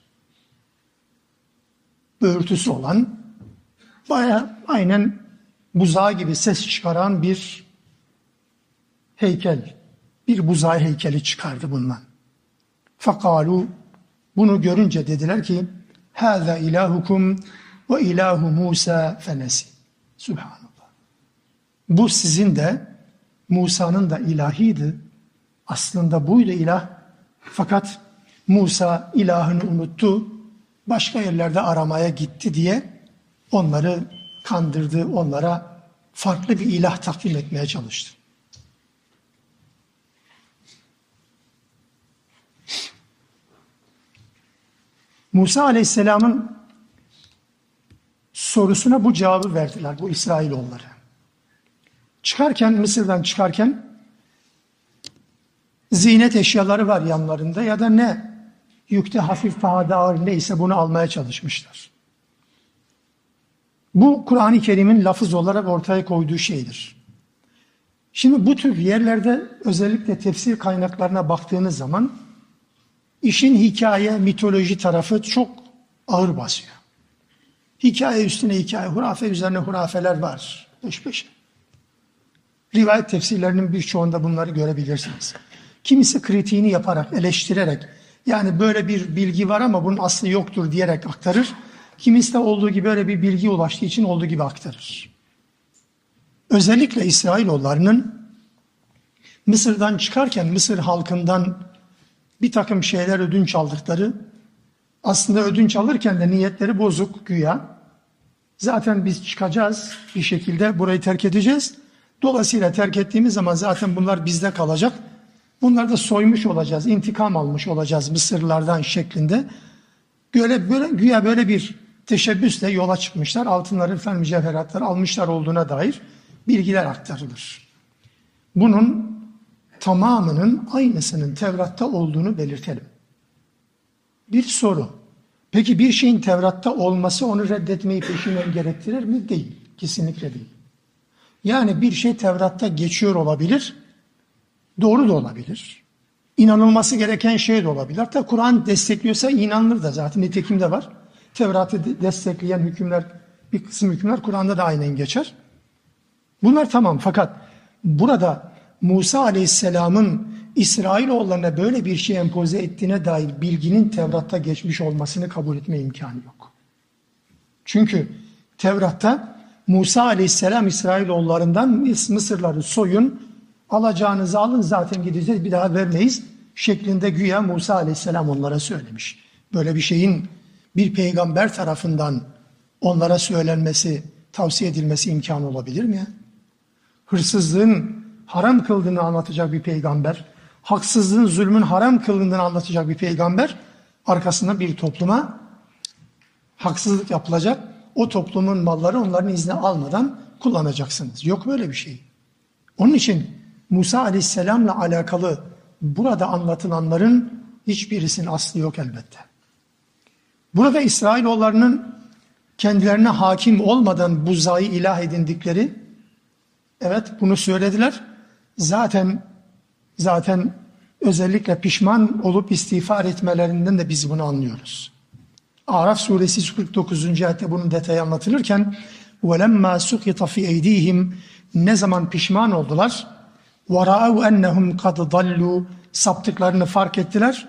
Böğürtüsü olan, bayağı aynen buzağı gibi ses çıkaran bir heykel, bir buzağı heykeli çıkardı bundan. Fakalu, bunu görünce dediler ki, hâzâ ilâhukum ve ilâhu Musa fenesi. Subhanallah. Bu sizin de Musa'nın da ilahiydi. Aslında buydu ilah. Fakat Musa ilahını unuttu. Başka yerlerde aramaya gitti diye onları kandırdı. Onlara farklı bir ilah takdim etmeye çalıştı. Musa Aleyhisselam'ın sorusuna bu cevabı verdiler bu İsrailoğulları. Çıkarken, Mısır'dan çıkarken zinet eşyaları var yanlarında ya da ne yükte hafif pahada ağır neyse bunu almaya çalışmışlar. Bu Kur'an-ı Kerim'in lafız olarak ortaya koyduğu şeydir. Şimdi bu tür yerlerde özellikle tefsir kaynaklarına baktığınız zaman işin hikaye, mitoloji tarafı çok ağır basıyor. Hikaye üstüne hikaye, hurafe üzerine hurafeler var. Peş peşe. Rivayet tefsirlerinin birçoğunda bunları görebilirsiniz. Kimisi kritiğini yaparak, eleştirerek, yani böyle bir bilgi var ama bunun aslı yoktur diyerek aktarır. Kimisi de olduğu gibi öyle bir bilgi ulaştığı için olduğu gibi aktarır. Özellikle İsrailoğullarının Mısır'dan çıkarken Mısır halkından bir takım şeyler ödünç aldıkları, aslında ödünç alırken de niyetleri bozuk güya. Zaten biz çıkacağız bir şekilde, burayı terk edeceğiz. Dolayısıyla terk ettiğimiz zaman zaten bunlar bizde kalacak. Bunları da soymuş olacağız, intikam almış olacağız Mısırlılardan şeklinde. Böyle, böyle, güya böyle bir teşebbüsle yola çıkmışlar. Altınları, efendim, mücevheratları almışlar olduğuna dair bilgiler aktarılır. Bunun tamamının aynısının Tevrat'ta olduğunu belirtelim. Bir soru. Peki bir şeyin Tevrat'ta olması onu reddetmeyi peşinden gerektirir mi? Değil. Kesinlikle değil. Yani bir şey Tevrat'ta geçiyor olabilir, doğru da olabilir. İnanılması gereken şey de olabilir. Hatta Kur'an destekliyorsa inanılır da zaten. Nitekim de var. Tevrat'ı destekleyen hükümler, bir kısım hükümler Kur'an'da da aynen geçer. Bunlar tamam, fakat burada Musa Aleyhisselam'ın İsrailoğullarına böyle bir şey empoze ettiğine dair bilginin Tevrat'ta geçmiş olmasını kabul etme imkanı yok. Çünkü Tevrat'ta Musa Aleyhisselam İsrailoğullarından Mısırları soyun, alacağınızı alın, zaten gideceğiz, bir daha vermeyiz şeklinde güya Musa Aleyhisselam onlara söylemiş. Böyle bir şeyin bir peygamber tarafından onlara söylenmesi, tavsiye edilmesi imkanı olabilir mi ya? Hırsızlığın haram kıldığını anlatacak bir peygamber, haksızlığın, zulmün haram kıldığını anlatacak bir peygamber, arkasında bir topluma haksızlık yapılacak, o toplumun malları onların izni almadan kullanacaksınız. Yok böyle bir şey. Onun için Musa Aleyhisselam'la alakalı burada anlatılanların hiçbirisinin aslı yok elbette. Burada İsrailoğullarının kendilerine hakim olmadan buzağı ilah edindikleri, evet bunu söylediler. Zaten zaten özellikle pişman olup istiğfar etmelerinden de biz bunu anlıyoruz. Araf suresi kırk dokuzuncu ayette bunun detayı anlatılırken وَلَمَّا سُقِطَ فِي اَيْد۪يهِمْ ne zaman pişman oldular? وَرَأَوْا اَنَّهُمْ قَدْ ضَلُّوا saptıklarını fark ettiler.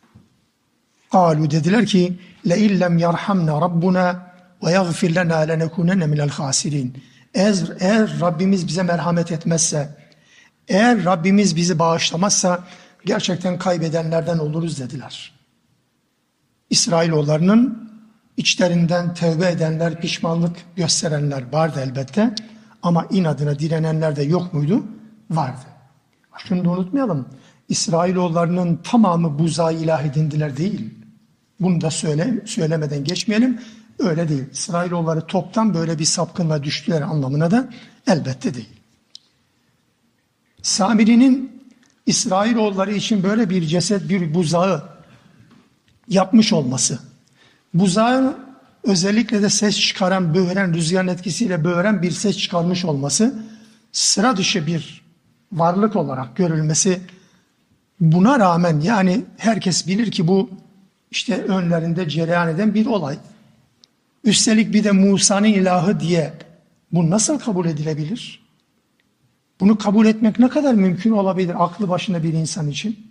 قَالُوا dediler ki لَاِنْ لَمْ يَرْحَمْنَا رَبُّنَا وَيَغْفِرْ لَنَا لَنَكُونَنَّ مِنَ الْخَاسِرِينَ eğer, eğer Rabbimiz bize merhamet etmezse, eğer Rabbimiz bizi bağışlamazsa gerçekten kaybedenlerden oluruz dediler. İsrailoğullarının içlerinden tevbe edenler, pişmanlık gösterenler vardı elbette. Ama inadına direnenler de yok muydu? Vardı. Şunu da unutmayalım. İsrailoğullarının tamamı buzağı ilah edindiler değil. Bunu da söyle, söylemeden geçmeyelim. Öyle değil. İsrailoğulları toptan böyle bir sapkınlığa düştüler anlamına da elbette değil. Samiri'nin İsrailoğulları için böyle bir ceset, bir buzağı yapmış olması, buzağı özellikle de ses çıkaran, böğüren, rüzgarın etkisiyle böğüren bir ses çıkarmış olması, sıra dışı bir varlık olarak görülmesi, buna rağmen yani herkes bilir ki bu işte önlerinde cereyan eden bir olay. Üstelik bir de Musa'nın ilahı diye bu nasıl kabul edilebilir? Bunu kabul etmek ne kadar mümkün olabilir aklı başında bir insan için?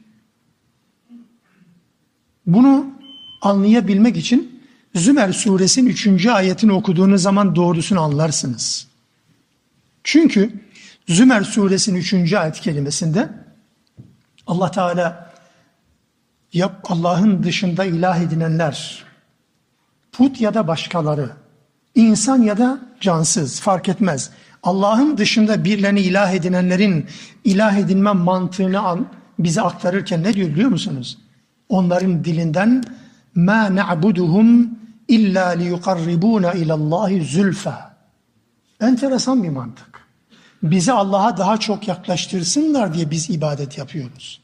Bunu anlayabilmek için Zümer suresinin üçüncü ayetini okuduğunuz zaman doğrusunu anlarsınız. Çünkü Zümer suresinin üçüncü ayet kelimesinde Allah Teala yap Allah'ın dışında ilah edinenler, put ya da başkaları, insan ya da cansız fark etmez. Allah'ın dışında birilerini ilah edinenlerin ilah edinme mantığını bize aktarırken ne diyor biliyor musunuz? Onların dilinden مَا نَعْبُدُهُمْ اِلَّا لِيُقَرِّبُونَ اِلَى اللّٰهِ زُلْفَى. Enteresan bir mantık. Bizi Allah'a daha çok yaklaştırsınlar diye biz ibadet yapıyoruz.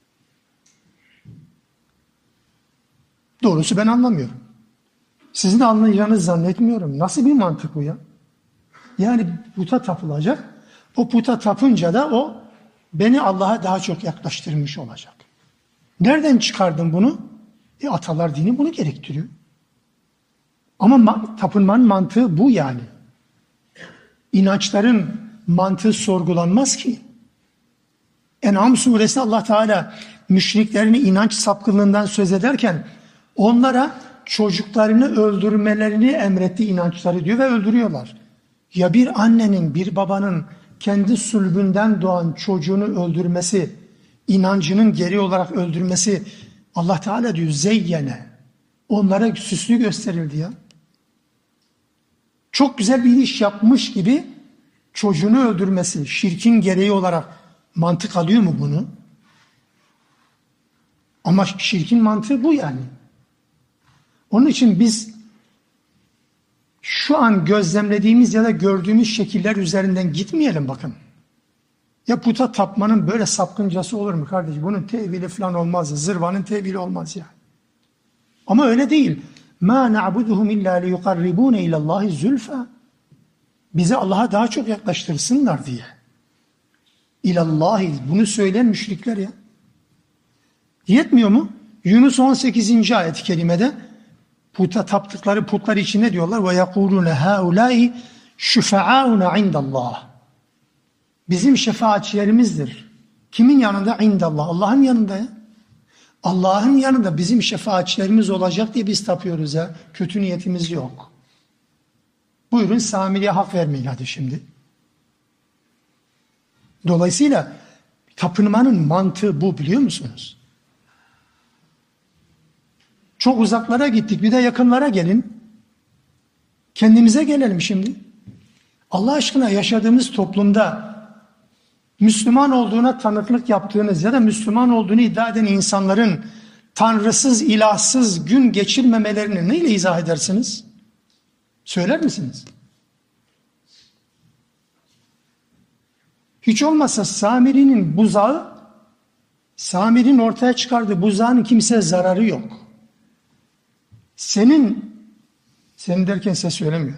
Doğrusu ben anlamıyorum. Sizin de anlayacağınızı zannetmiyorum. Nasıl bir mantık bu ya? Yani puta tapılacak. O puta tapınca da o beni Allah'a daha çok yaklaştırmış olacak. Nereden çıkardın bunu? E atalar dini bunu gerektiriyor. Ama ma- tapınmanın mantığı bu yani. İnançların mantığı sorgulanmaz ki. En'am suresi Allah Teala müşriklerini inanç sapkınlığından söz ederken onlara çocuklarını öldürmelerini emretti inançları diyor ve öldürüyorlar. Ya bir annenin, bir babanın kendi sulbünden doğan çocuğunu öldürmesi, inancının geri olarak öldürmesi, Allah Teala diyor zeyyene, onlara süslü gösterildi ya. Çok güzel bir iş yapmış gibi çocuğunu öldürmesi, şirkin gereği olarak mantık alıyor mu bunu? Ama şirkin mantığı bu yani. Onun için biz Şu an gözlemlediğimiz ya da gördüğümüz şekiller üzerinden gitmeyelim bakın. Ya puta tapmanın böyle sapkıncası olur mu kardeşim? Bunun tevili falan olmaz ya. Zırvanın tevili olmaz ya. Ama öyle değil. مَا نَعْبُدُهُمْ اِلَّا لِيُقَرِّبُونَ اِلَى اللّٰهِ زُلْفَى Bizi Allah'a daha çok yaklaştırsınlar diye. İlallahi. Bunu söyleyen müşrikler ya. Yetmiyor mu? Yunus on sekizinci ayet-i kerimede puta taptıkları putlar için ne diyorlar? وَيَقُولُونَ هَاُولَٰئِ شُفَعَاُنَا عِنْدَ اللّٰهِ Bizim şefaatçilerimizdir. Kimin yanında? İndallah. Allah'ın yanında ya. Allah'ın yanında bizim şefaatçilerimiz olacak diye biz tapıyoruz ya. Kötü niyetimiz yok. Buyurun Samiri'ye hak vermeyin hadi şimdi. Dolayısıyla tapınmanın mantığı bu, biliyor musunuz? Çok uzaklara gittik, bir de yakınlara gelin. Kendimize gelelim şimdi. Allah aşkına yaşadığımız toplumda Müslüman olduğuna tanıklık yaptığınız ya da Müslüman olduğunu iddia eden insanların tanrısız, ilahsız gün geçirmemelerini neyle izah edersiniz? Söyler misiniz? Hiç olmazsa Samiri'nin buzağı, Samiri'nin ortaya çıkardığı buzağın kimseye zararı yok. Senin, senin derken size söylemiyor.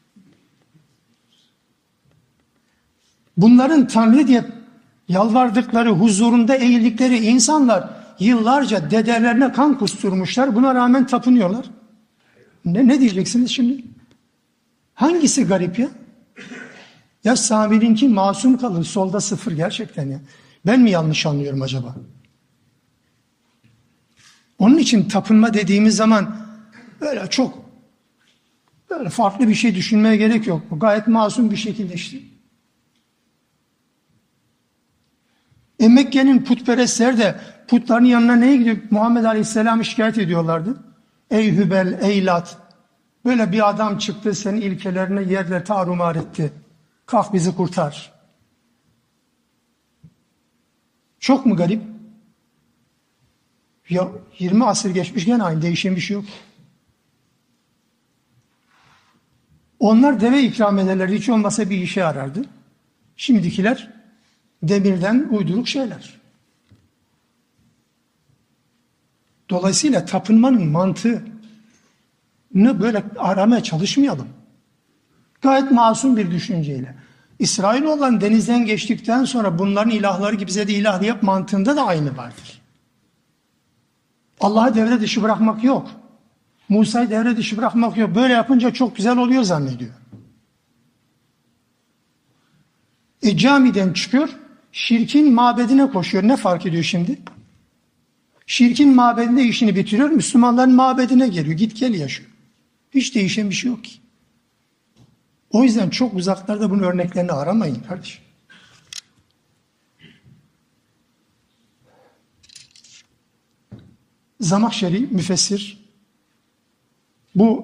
Bunların Tanrı diye yalvardıkları, huzurunda eğildikleri insanlar yıllarca dedelerine kan kusturmuşlar. Buna rağmen tapınıyorlar. Ne, ne diyeceksiniz şimdi? Hangisi garip ya? Ya Sami'ninki masum kalır. Solda sıfır gerçekten ya. Ben mi yanlış anlıyorum acaba? Onun için tapınma dediğimiz zaman böyle çok böyle farklı bir şey düşünmeye gerek yok. Bu gayet masum bir şekilde işte. E Mekke'nin putperestleri de putların yanına neye gidiyor? Muhammed Aleyhisselam'ı şikayet ediyorlardı. Ey Hübel, ey Lat. Böyle bir adam çıktı, senin ilkelerini yerle tarumar etti. Kalk bizi kurtar. Çok mu garip? Ya yirmi asır geçmiş gene aynı, değişen bir şey yok. Onlar deve ikram ederlerdi, hiç olmasa bir işe yarardı. Şimdikiler demirden uyduruk şeyler. Dolayısıyla tapınmanın mantığını böyle aramaya çalışmayalım. Gayet masum bir düşünceyle. İsrailoğulları denizden geçtikten sonra bunların ilahları gibi bize de ilah yap mantığında da aynı vardır. Allah'ı devre dışı bırakmak yok. Musa'yı devre dışı bırakmak yok. Böyle yapınca çok güzel oluyor zannediyor. E camiden çıkıyor, şirkin mabedine koşuyor. Ne fark ediyor şimdi? Şirkin mabedinde işini bitiriyor, Müslümanların mabedine geliyor. Git gel yaşıyor. Hiç değişen bir şey yok ki. O yüzden çok uzaklarda bunun örneklerini aramayın kardeşim. Zamakşeri müfessir bu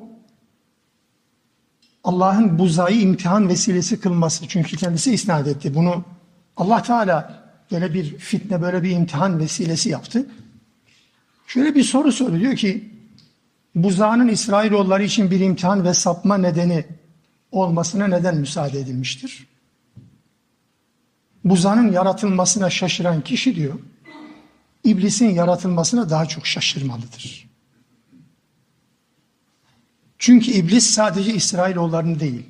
Allah'ın buzağı imtihan vesilesi kılması, çünkü kendisi isnat etti. Bunu Allah Teala böyle bir fitne, böyle bir imtihan vesilesi yaptı. Şöyle bir soru soruyor, diyor ki buzağının İsrailoğulları için bir imtihan ve sapma nedeni olmasına neden müsaade edilmiştir? Buzağının yaratılmasına şaşıran kişi diyor, İblisin yaratılmasına daha çok şaşırmalıdır. Çünkü iblis sadece İsrailoğullarını değil,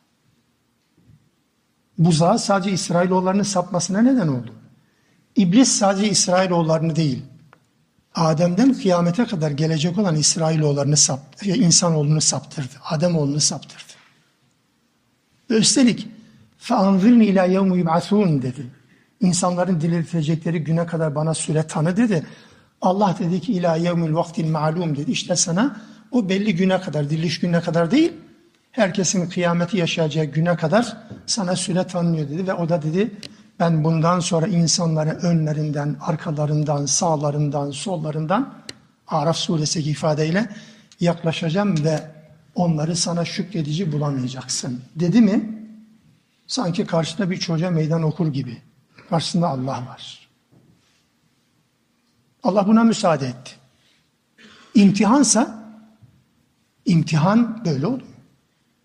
buzağı sadece İsrailoğullarının sapmasına neden oldu. İblis sadece İsrailoğullarını değil, Adem'den kıyamete kadar gelecek olan İsrailoğullarını saptırdı, insanoğlunu saptırdı, Ademoğlunu saptırdı. Üstelik فَاَنْظِرْنِ اِلَى يَوْمُ يُبْعَثُونَ dedi. İnsanların diriltilecekleri güne kadar bana süre tanı dedi. Allah dedi ki اِلَى يَوْمِ الْوَقْتِ الْمَعْلُومِ dedi. İşte sana o belli güne kadar, diriliş gününe kadar değil, herkesin kıyameti yaşayacağı güne kadar sana süre tanınıyor dedi. Ve o da dedi, ben bundan sonra insanlara önlerinden, arkalarından, sağlarından, sollarından, Araf suresindeki ifadeyle yaklaşacağım ve onları sana şükredici bulamayacaksın. Dedi mi? Sanki karşısında bir çocuğa meydan okur gibi. Karşısında Allah var. Allah buna müsaade etti. İmtihansa, imtihan böyle oluyor.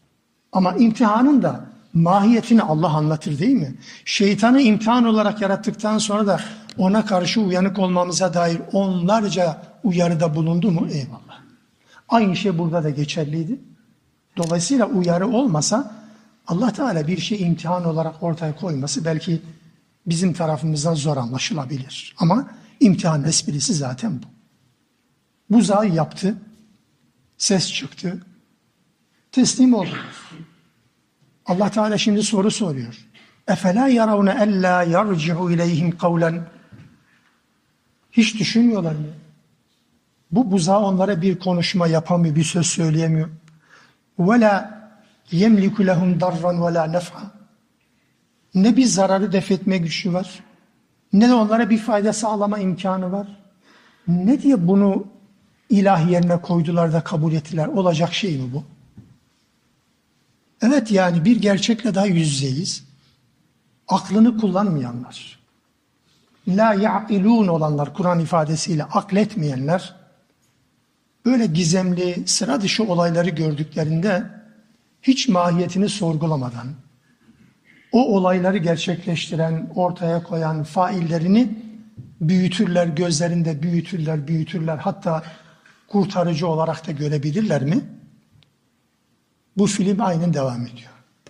Ama imtihanın da mahiyetini Allah anlatır değil mi? Şeytanı imtihan olarak yarattıktan sonra da ona karşı uyanık olmamıza dair onlarca uyarıda bulundu mu? Eyvallah. Aynı şey burada da geçerliydi. Dolayısıyla uyarı olmasa Allah Teala bir şey imtihan olarak ortaya koyması belki bizim tarafımızdan zor anlaşılabilir. Ama imtihan esprisi zaten bu. Buzağı yaptı, ses çıktı, teslim oldu. Allah Teala şimdi soru soruyor. اَفَلَا يَرَوْنَ اَلَّا يَرْجِعُ اِلَيْهِمْ قَوْلًا Hiç düşünmüyorlar mı? Bu buzağı onlara bir konuşma yapamıyor, bir söz söyleyemiyor. وَلَا يَمْلِكُ لَهُمْ دَرًّا وَلَا نَفْعًا Ne bir zararı def etme gücü var, ne de onlara bir fayda sağlama imkanı var. Ne diye bunu ilah yerine koydular da kabul ettiler? Olacak şey mi bu? Evet, yani bir gerçekle daha yüz yüzeyiz. Aklını kullanmayanlar, la ya'ilun olanlar, Kur'an ifadesiyle akletmeyenler, böyle gizemli, sıra dışı olayları gördüklerinde hiç mahiyetini sorgulamadan, o olayları gerçekleştiren, ortaya koyan faillerini büyütürler, gözlerinde büyütürler, büyütürler. Hatta kurtarıcı olarak da görebilirler mi? Bu film aynen devam ediyor.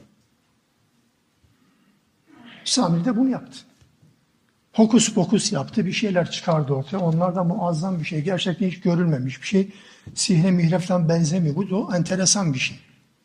Samiri de bunu yaptı. Hokus pokus yaptı, bir şeyler çıkardı ortaya. Onlar da muazzam bir şey, gerçekten hiç görülmemiş bir şey. Sihre mihre falan benzemiyor. Bu da enteresan bir şey.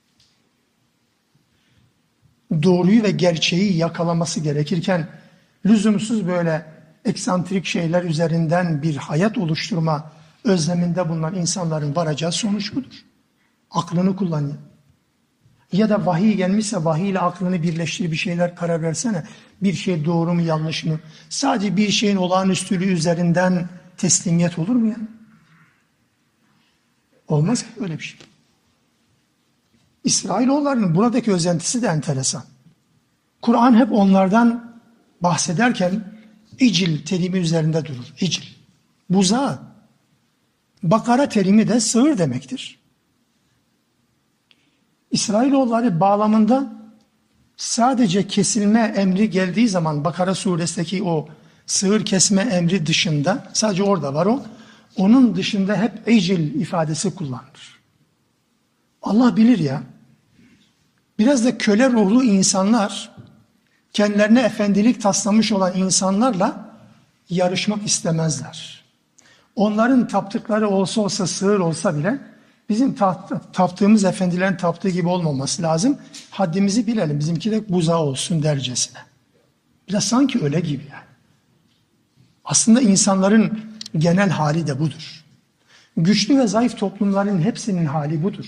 Doğruyu ve gerçeği yakalaması gerekirken lüzumsuz böyle eksantrik şeyler üzerinden bir hayat oluşturma özleminde bulunan insanların varacağı sonuç budur. Aklını kullanıyor. Ya da vahiy gelmişse vahiy ile aklını birleştir, bir şeyler karar versene. Bir şey doğru mu yanlış mı? Sadece bir şeyin olağanüstülüğü üzerinden teslimiyet olur mu ya? Olmaz ki öyle bir şey. İsrailoğullarının buradaki özentisi de enteresan. Kur'an hep onlardan bahsederken icil terimi üzerinde durur. İcil. Buzağı. Bakara terimi de sığır demektir. İsrailoğulları bağlamında sadece kesilme emri geldiği zaman Bakara suresindeki o sığır kesme emri dışında, sadece orada var o, onun dışında hep icil ifadesi kullanılır. Allah bilir ya, biraz da köle ruhlu insanlar, kendilerine efendilik taslamış olan insanlarla yarışmak istemezler. Onların taptıkları olsa olsa sığır olsa bile bizim taptığımız efendilerin taptığı gibi olmaması lazım. Haddimizi bilelim, bizimki de buzağı olsun dercesine. Biraz sanki öyle gibi yani. Aslında insanların genel hali de budur. Güçlü ve zayıf toplumların hepsinin hali budur.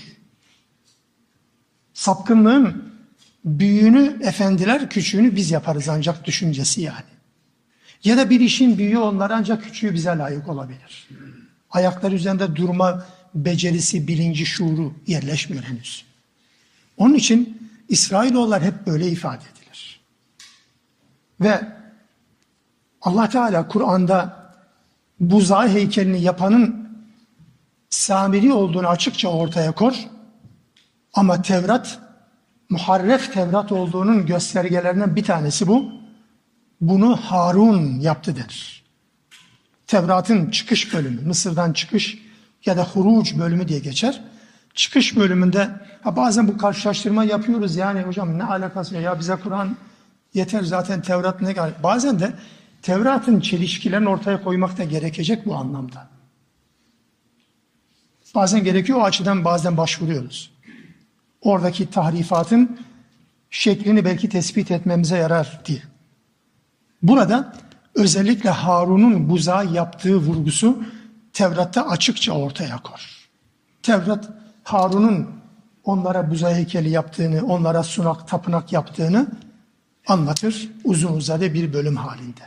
Sapkınlığın büyüğünü efendiler, küçüğünü biz yaparız ancak düşüncesi yani. Ya da bir işin büyüğü onlar ancak küçüğü bize layık olabilir. Ayakları üzerinde durma becerisi, bilinci, şuuru yerleşmiyor henüz. Onun için İsrailoğullar hep böyle ifade edilir. Ve Allah Teala Kur'an'da buzağı heykelini yapanın Samiri olduğunu açıkça ortaya koyar. Ama Tevrat, muharref Tevrat olduğunun göstergelerinden bir tanesi bu. Bunu Harun yaptı denir. Tevrat'ın çıkış bölümü, Mısır'dan çıkış ya da Huruc bölümü diye geçer. Çıkış bölümünde ha bazen bu karşılaştırma yapıyoruz, yani hocam ne alakası var ya, bize Kur'an yeter zaten, Tevrat ne kadar. Bazen de Tevrat'ın çelişkilerini ortaya koymak da gerekecek bu anlamda. Bazen gerekiyor, o açıdan bazen başvuruyoruz. Oradaki tahrifatın şeklini belki tespit etmemize yarar diye. Burada özellikle Harun'un buzağı yaptığı vurgusu Tevrat'ta açıkça ortaya koyar. Tevrat Harun'un onlara buzağı heykeli yaptığını, onlara sunak, tapınak yaptığını anlatır uzun uzadı bir bölüm halinde.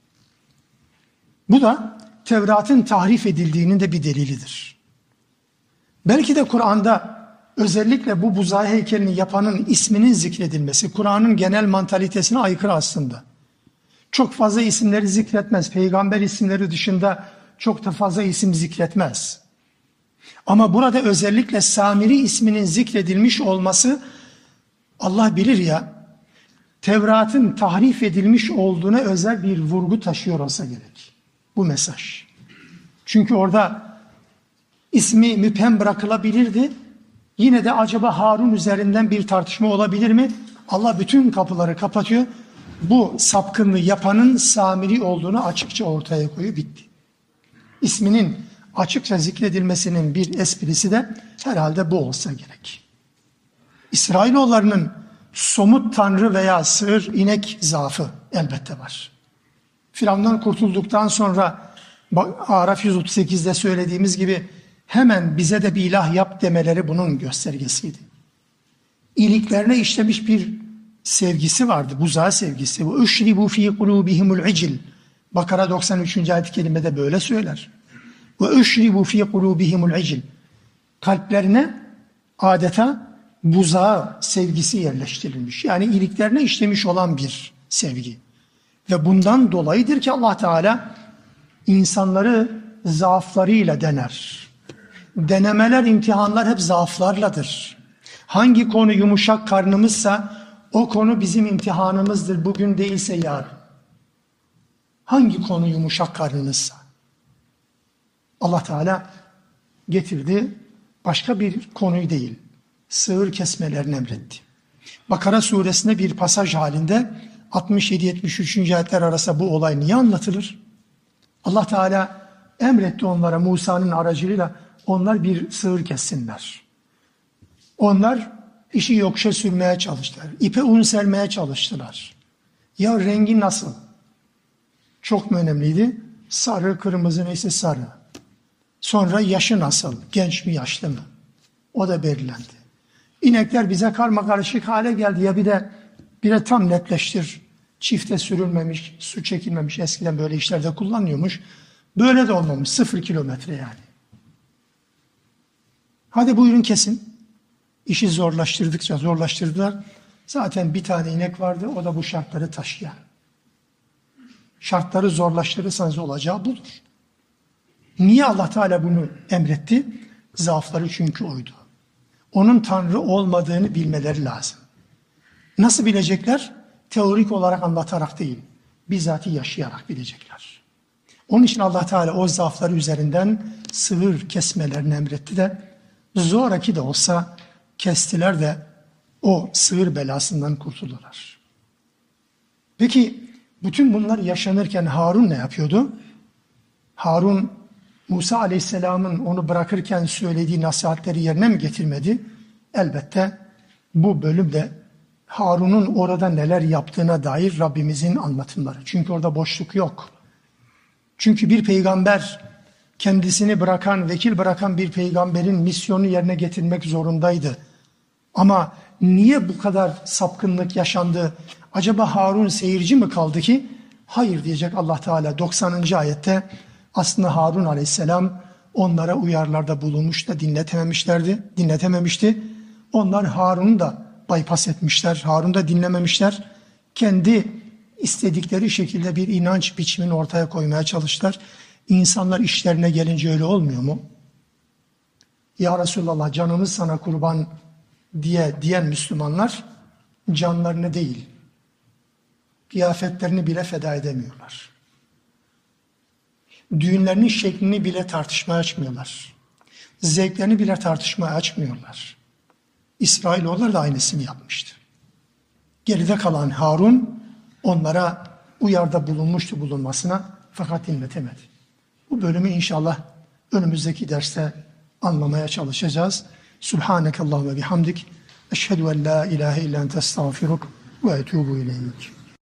Bu da Tevrat'ın tahrif edildiğinin de bir delilidir. Belki de Kur'an'da özellikle bu buzağı heykelini yapanın isminin zikredilmesi Kur'an'ın genel mantalitesine aykırı aslında. Çok fazla isimleri zikretmez. Peygamber isimleri dışında çok da fazla isim zikretmez. Ama burada özellikle Samiri isminin zikredilmiş olması Allah bilir ya, Tevrat'ın tahrif edilmiş olduğuna özel bir vurgu taşıyor olsa gerek bu mesaj. Çünkü orada ismi müphem bırakılabilirdi. Yine de acaba Harun üzerinden bir tartışma olabilir mi? Allah bütün kapıları kapatıyor. Bu sapkınlığı yapanın Samiri olduğunu açıkça ortaya koyuyor, bitti. İsminin açıkça zikredilmesinin bir esprisi de herhalde bu olsa gerek. İsrailoğullarının somut tanrı veya sığır, inek zaafı elbette var. Firavundan kurtulduktan sonra Araf yüz otuz sekizde söylediğimiz gibi hemen bize de bir ilah yap demeleri bunun göstergesiydi. İliklerine işlemiş bir sevgisi vardı, buzağı sevgisi. Bu üşribu fi kulubihimul icil. Bakara doksan üçüncü ayet-i kerimede böyle söyler. Ve üşribu fi kulubihimul icil. Kalplerine adeta buzağı sevgisi yerleştirilmiş. Yani iliklerine işlemiş olan bir sevgi. Ve bundan dolayıdır ki Allah Teala insanları zaaflarıyla dener. Denemeler, imtihanlar hep zaaflarladır. Hangi konu yumuşak karnımızsa o konu bizim imtihanımızdır. Bugün değilse yarın. Hangi konu yumuşak karnınızsa. Allah Teala getirdi, başka bir konuyu değil, sığır kesmelerini emretti. Bakara suresinde bir pasaj halinde altmış yedi yetmiş üçüncü ayetler arasında bu olay niye anlatılır? Allah Teala emretti onlara Musa'nın aracılığıyla, onlar bir sığır kessinler. Onlar işi yokuşa sürmeye çalıştılar. İpe un sermeye çalıştılar. Ya rengi nasıl? Çok mu önemliydi? Sarı, kırmızı, neyse sarı. Sonra yaşı nasıl? Genç mi, yaşlı mı? O da belirlendi. İnekler bize karmakarışık hale geldi. Ya bir de bir de tam netleştir. Çifte sürülmemiş, su çekilmemiş. Eskiden böyle işlerde kullanılıyormuş. Böyle de olmamış. Sıfır kilometre yani. Hadi buyurun kesin. İşi zorlaştırdıkça zorlaştırdılar. Zaten bir tane inek vardı. O da bu şartları taşıyan. Şartları zorlaştırırsanız olacağı budur. Niye Allah Teala bunu emretti? Zaafları çünkü oydu. Onun Tanrı olmadığını bilmeleri lazım. Nasıl bilecekler? Teorik olarak anlatarak değil, bizzat yaşayarak bilecekler. Onun için Allah Teala o zaafları üzerinden sığır kesmelerini emretti de zoraki de olsa kestiler de o sığır belasından kurtuldular. Peki bütün bunlar yaşanırken Harun ne yapıyordu? Harun Musa Aleyhisselam'ın onu bırakırken söylediği nasihatleri yerine mi getirmedi? Elbette bu bölümde Harun'un orada neler yaptığına dair Rabbimizin anlatımları. Çünkü orada boşluk yok. Çünkü bir peygamber kendisini bırakan, vekil bırakan bir peygamberin misyonu yerine getirmek zorundaydı. Ama niye bu kadar sapkınlık yaşandı? Acaba Harun seyirci mi kaldı ki? Hayır diyecek Allah Teala doksanıncı ayette. Aslında Harun Aleyhisselam onlara uyarlarda bulunmuş da dinletememişlerdi, dinletememişti. Onlar Harun'u da bypass etmişler, Harun'u da dinlememişler. Kendi istedikleri şekilde bir inanç biçimini ortaya koymaya çalıştılar. İnsanlar işlerine gelince öyle olmuyor mu? Ya Resulallah canımız sana kurban diye diyen Müslümanlar canlarını değil, kıyafetlerini bile feda edemiyorlar. Düğünlerinin şeklini bile tartışmaya açmıyorlar. Zevklerini bile tartışmaya açmıyorlar. İsrailoğullar da aynısını yapmıştı. Geride kalan Harun onlara uyarda bulunmuştu bulunmasına fakat dinletemedi. Bu bölümü inşallah önümüzdeki derste anlamaya çalışacağız. Subhanekallahü ve bihamdik. Eşhedü en la ilahe illa ente estağfiruk ve etûbü ileyk.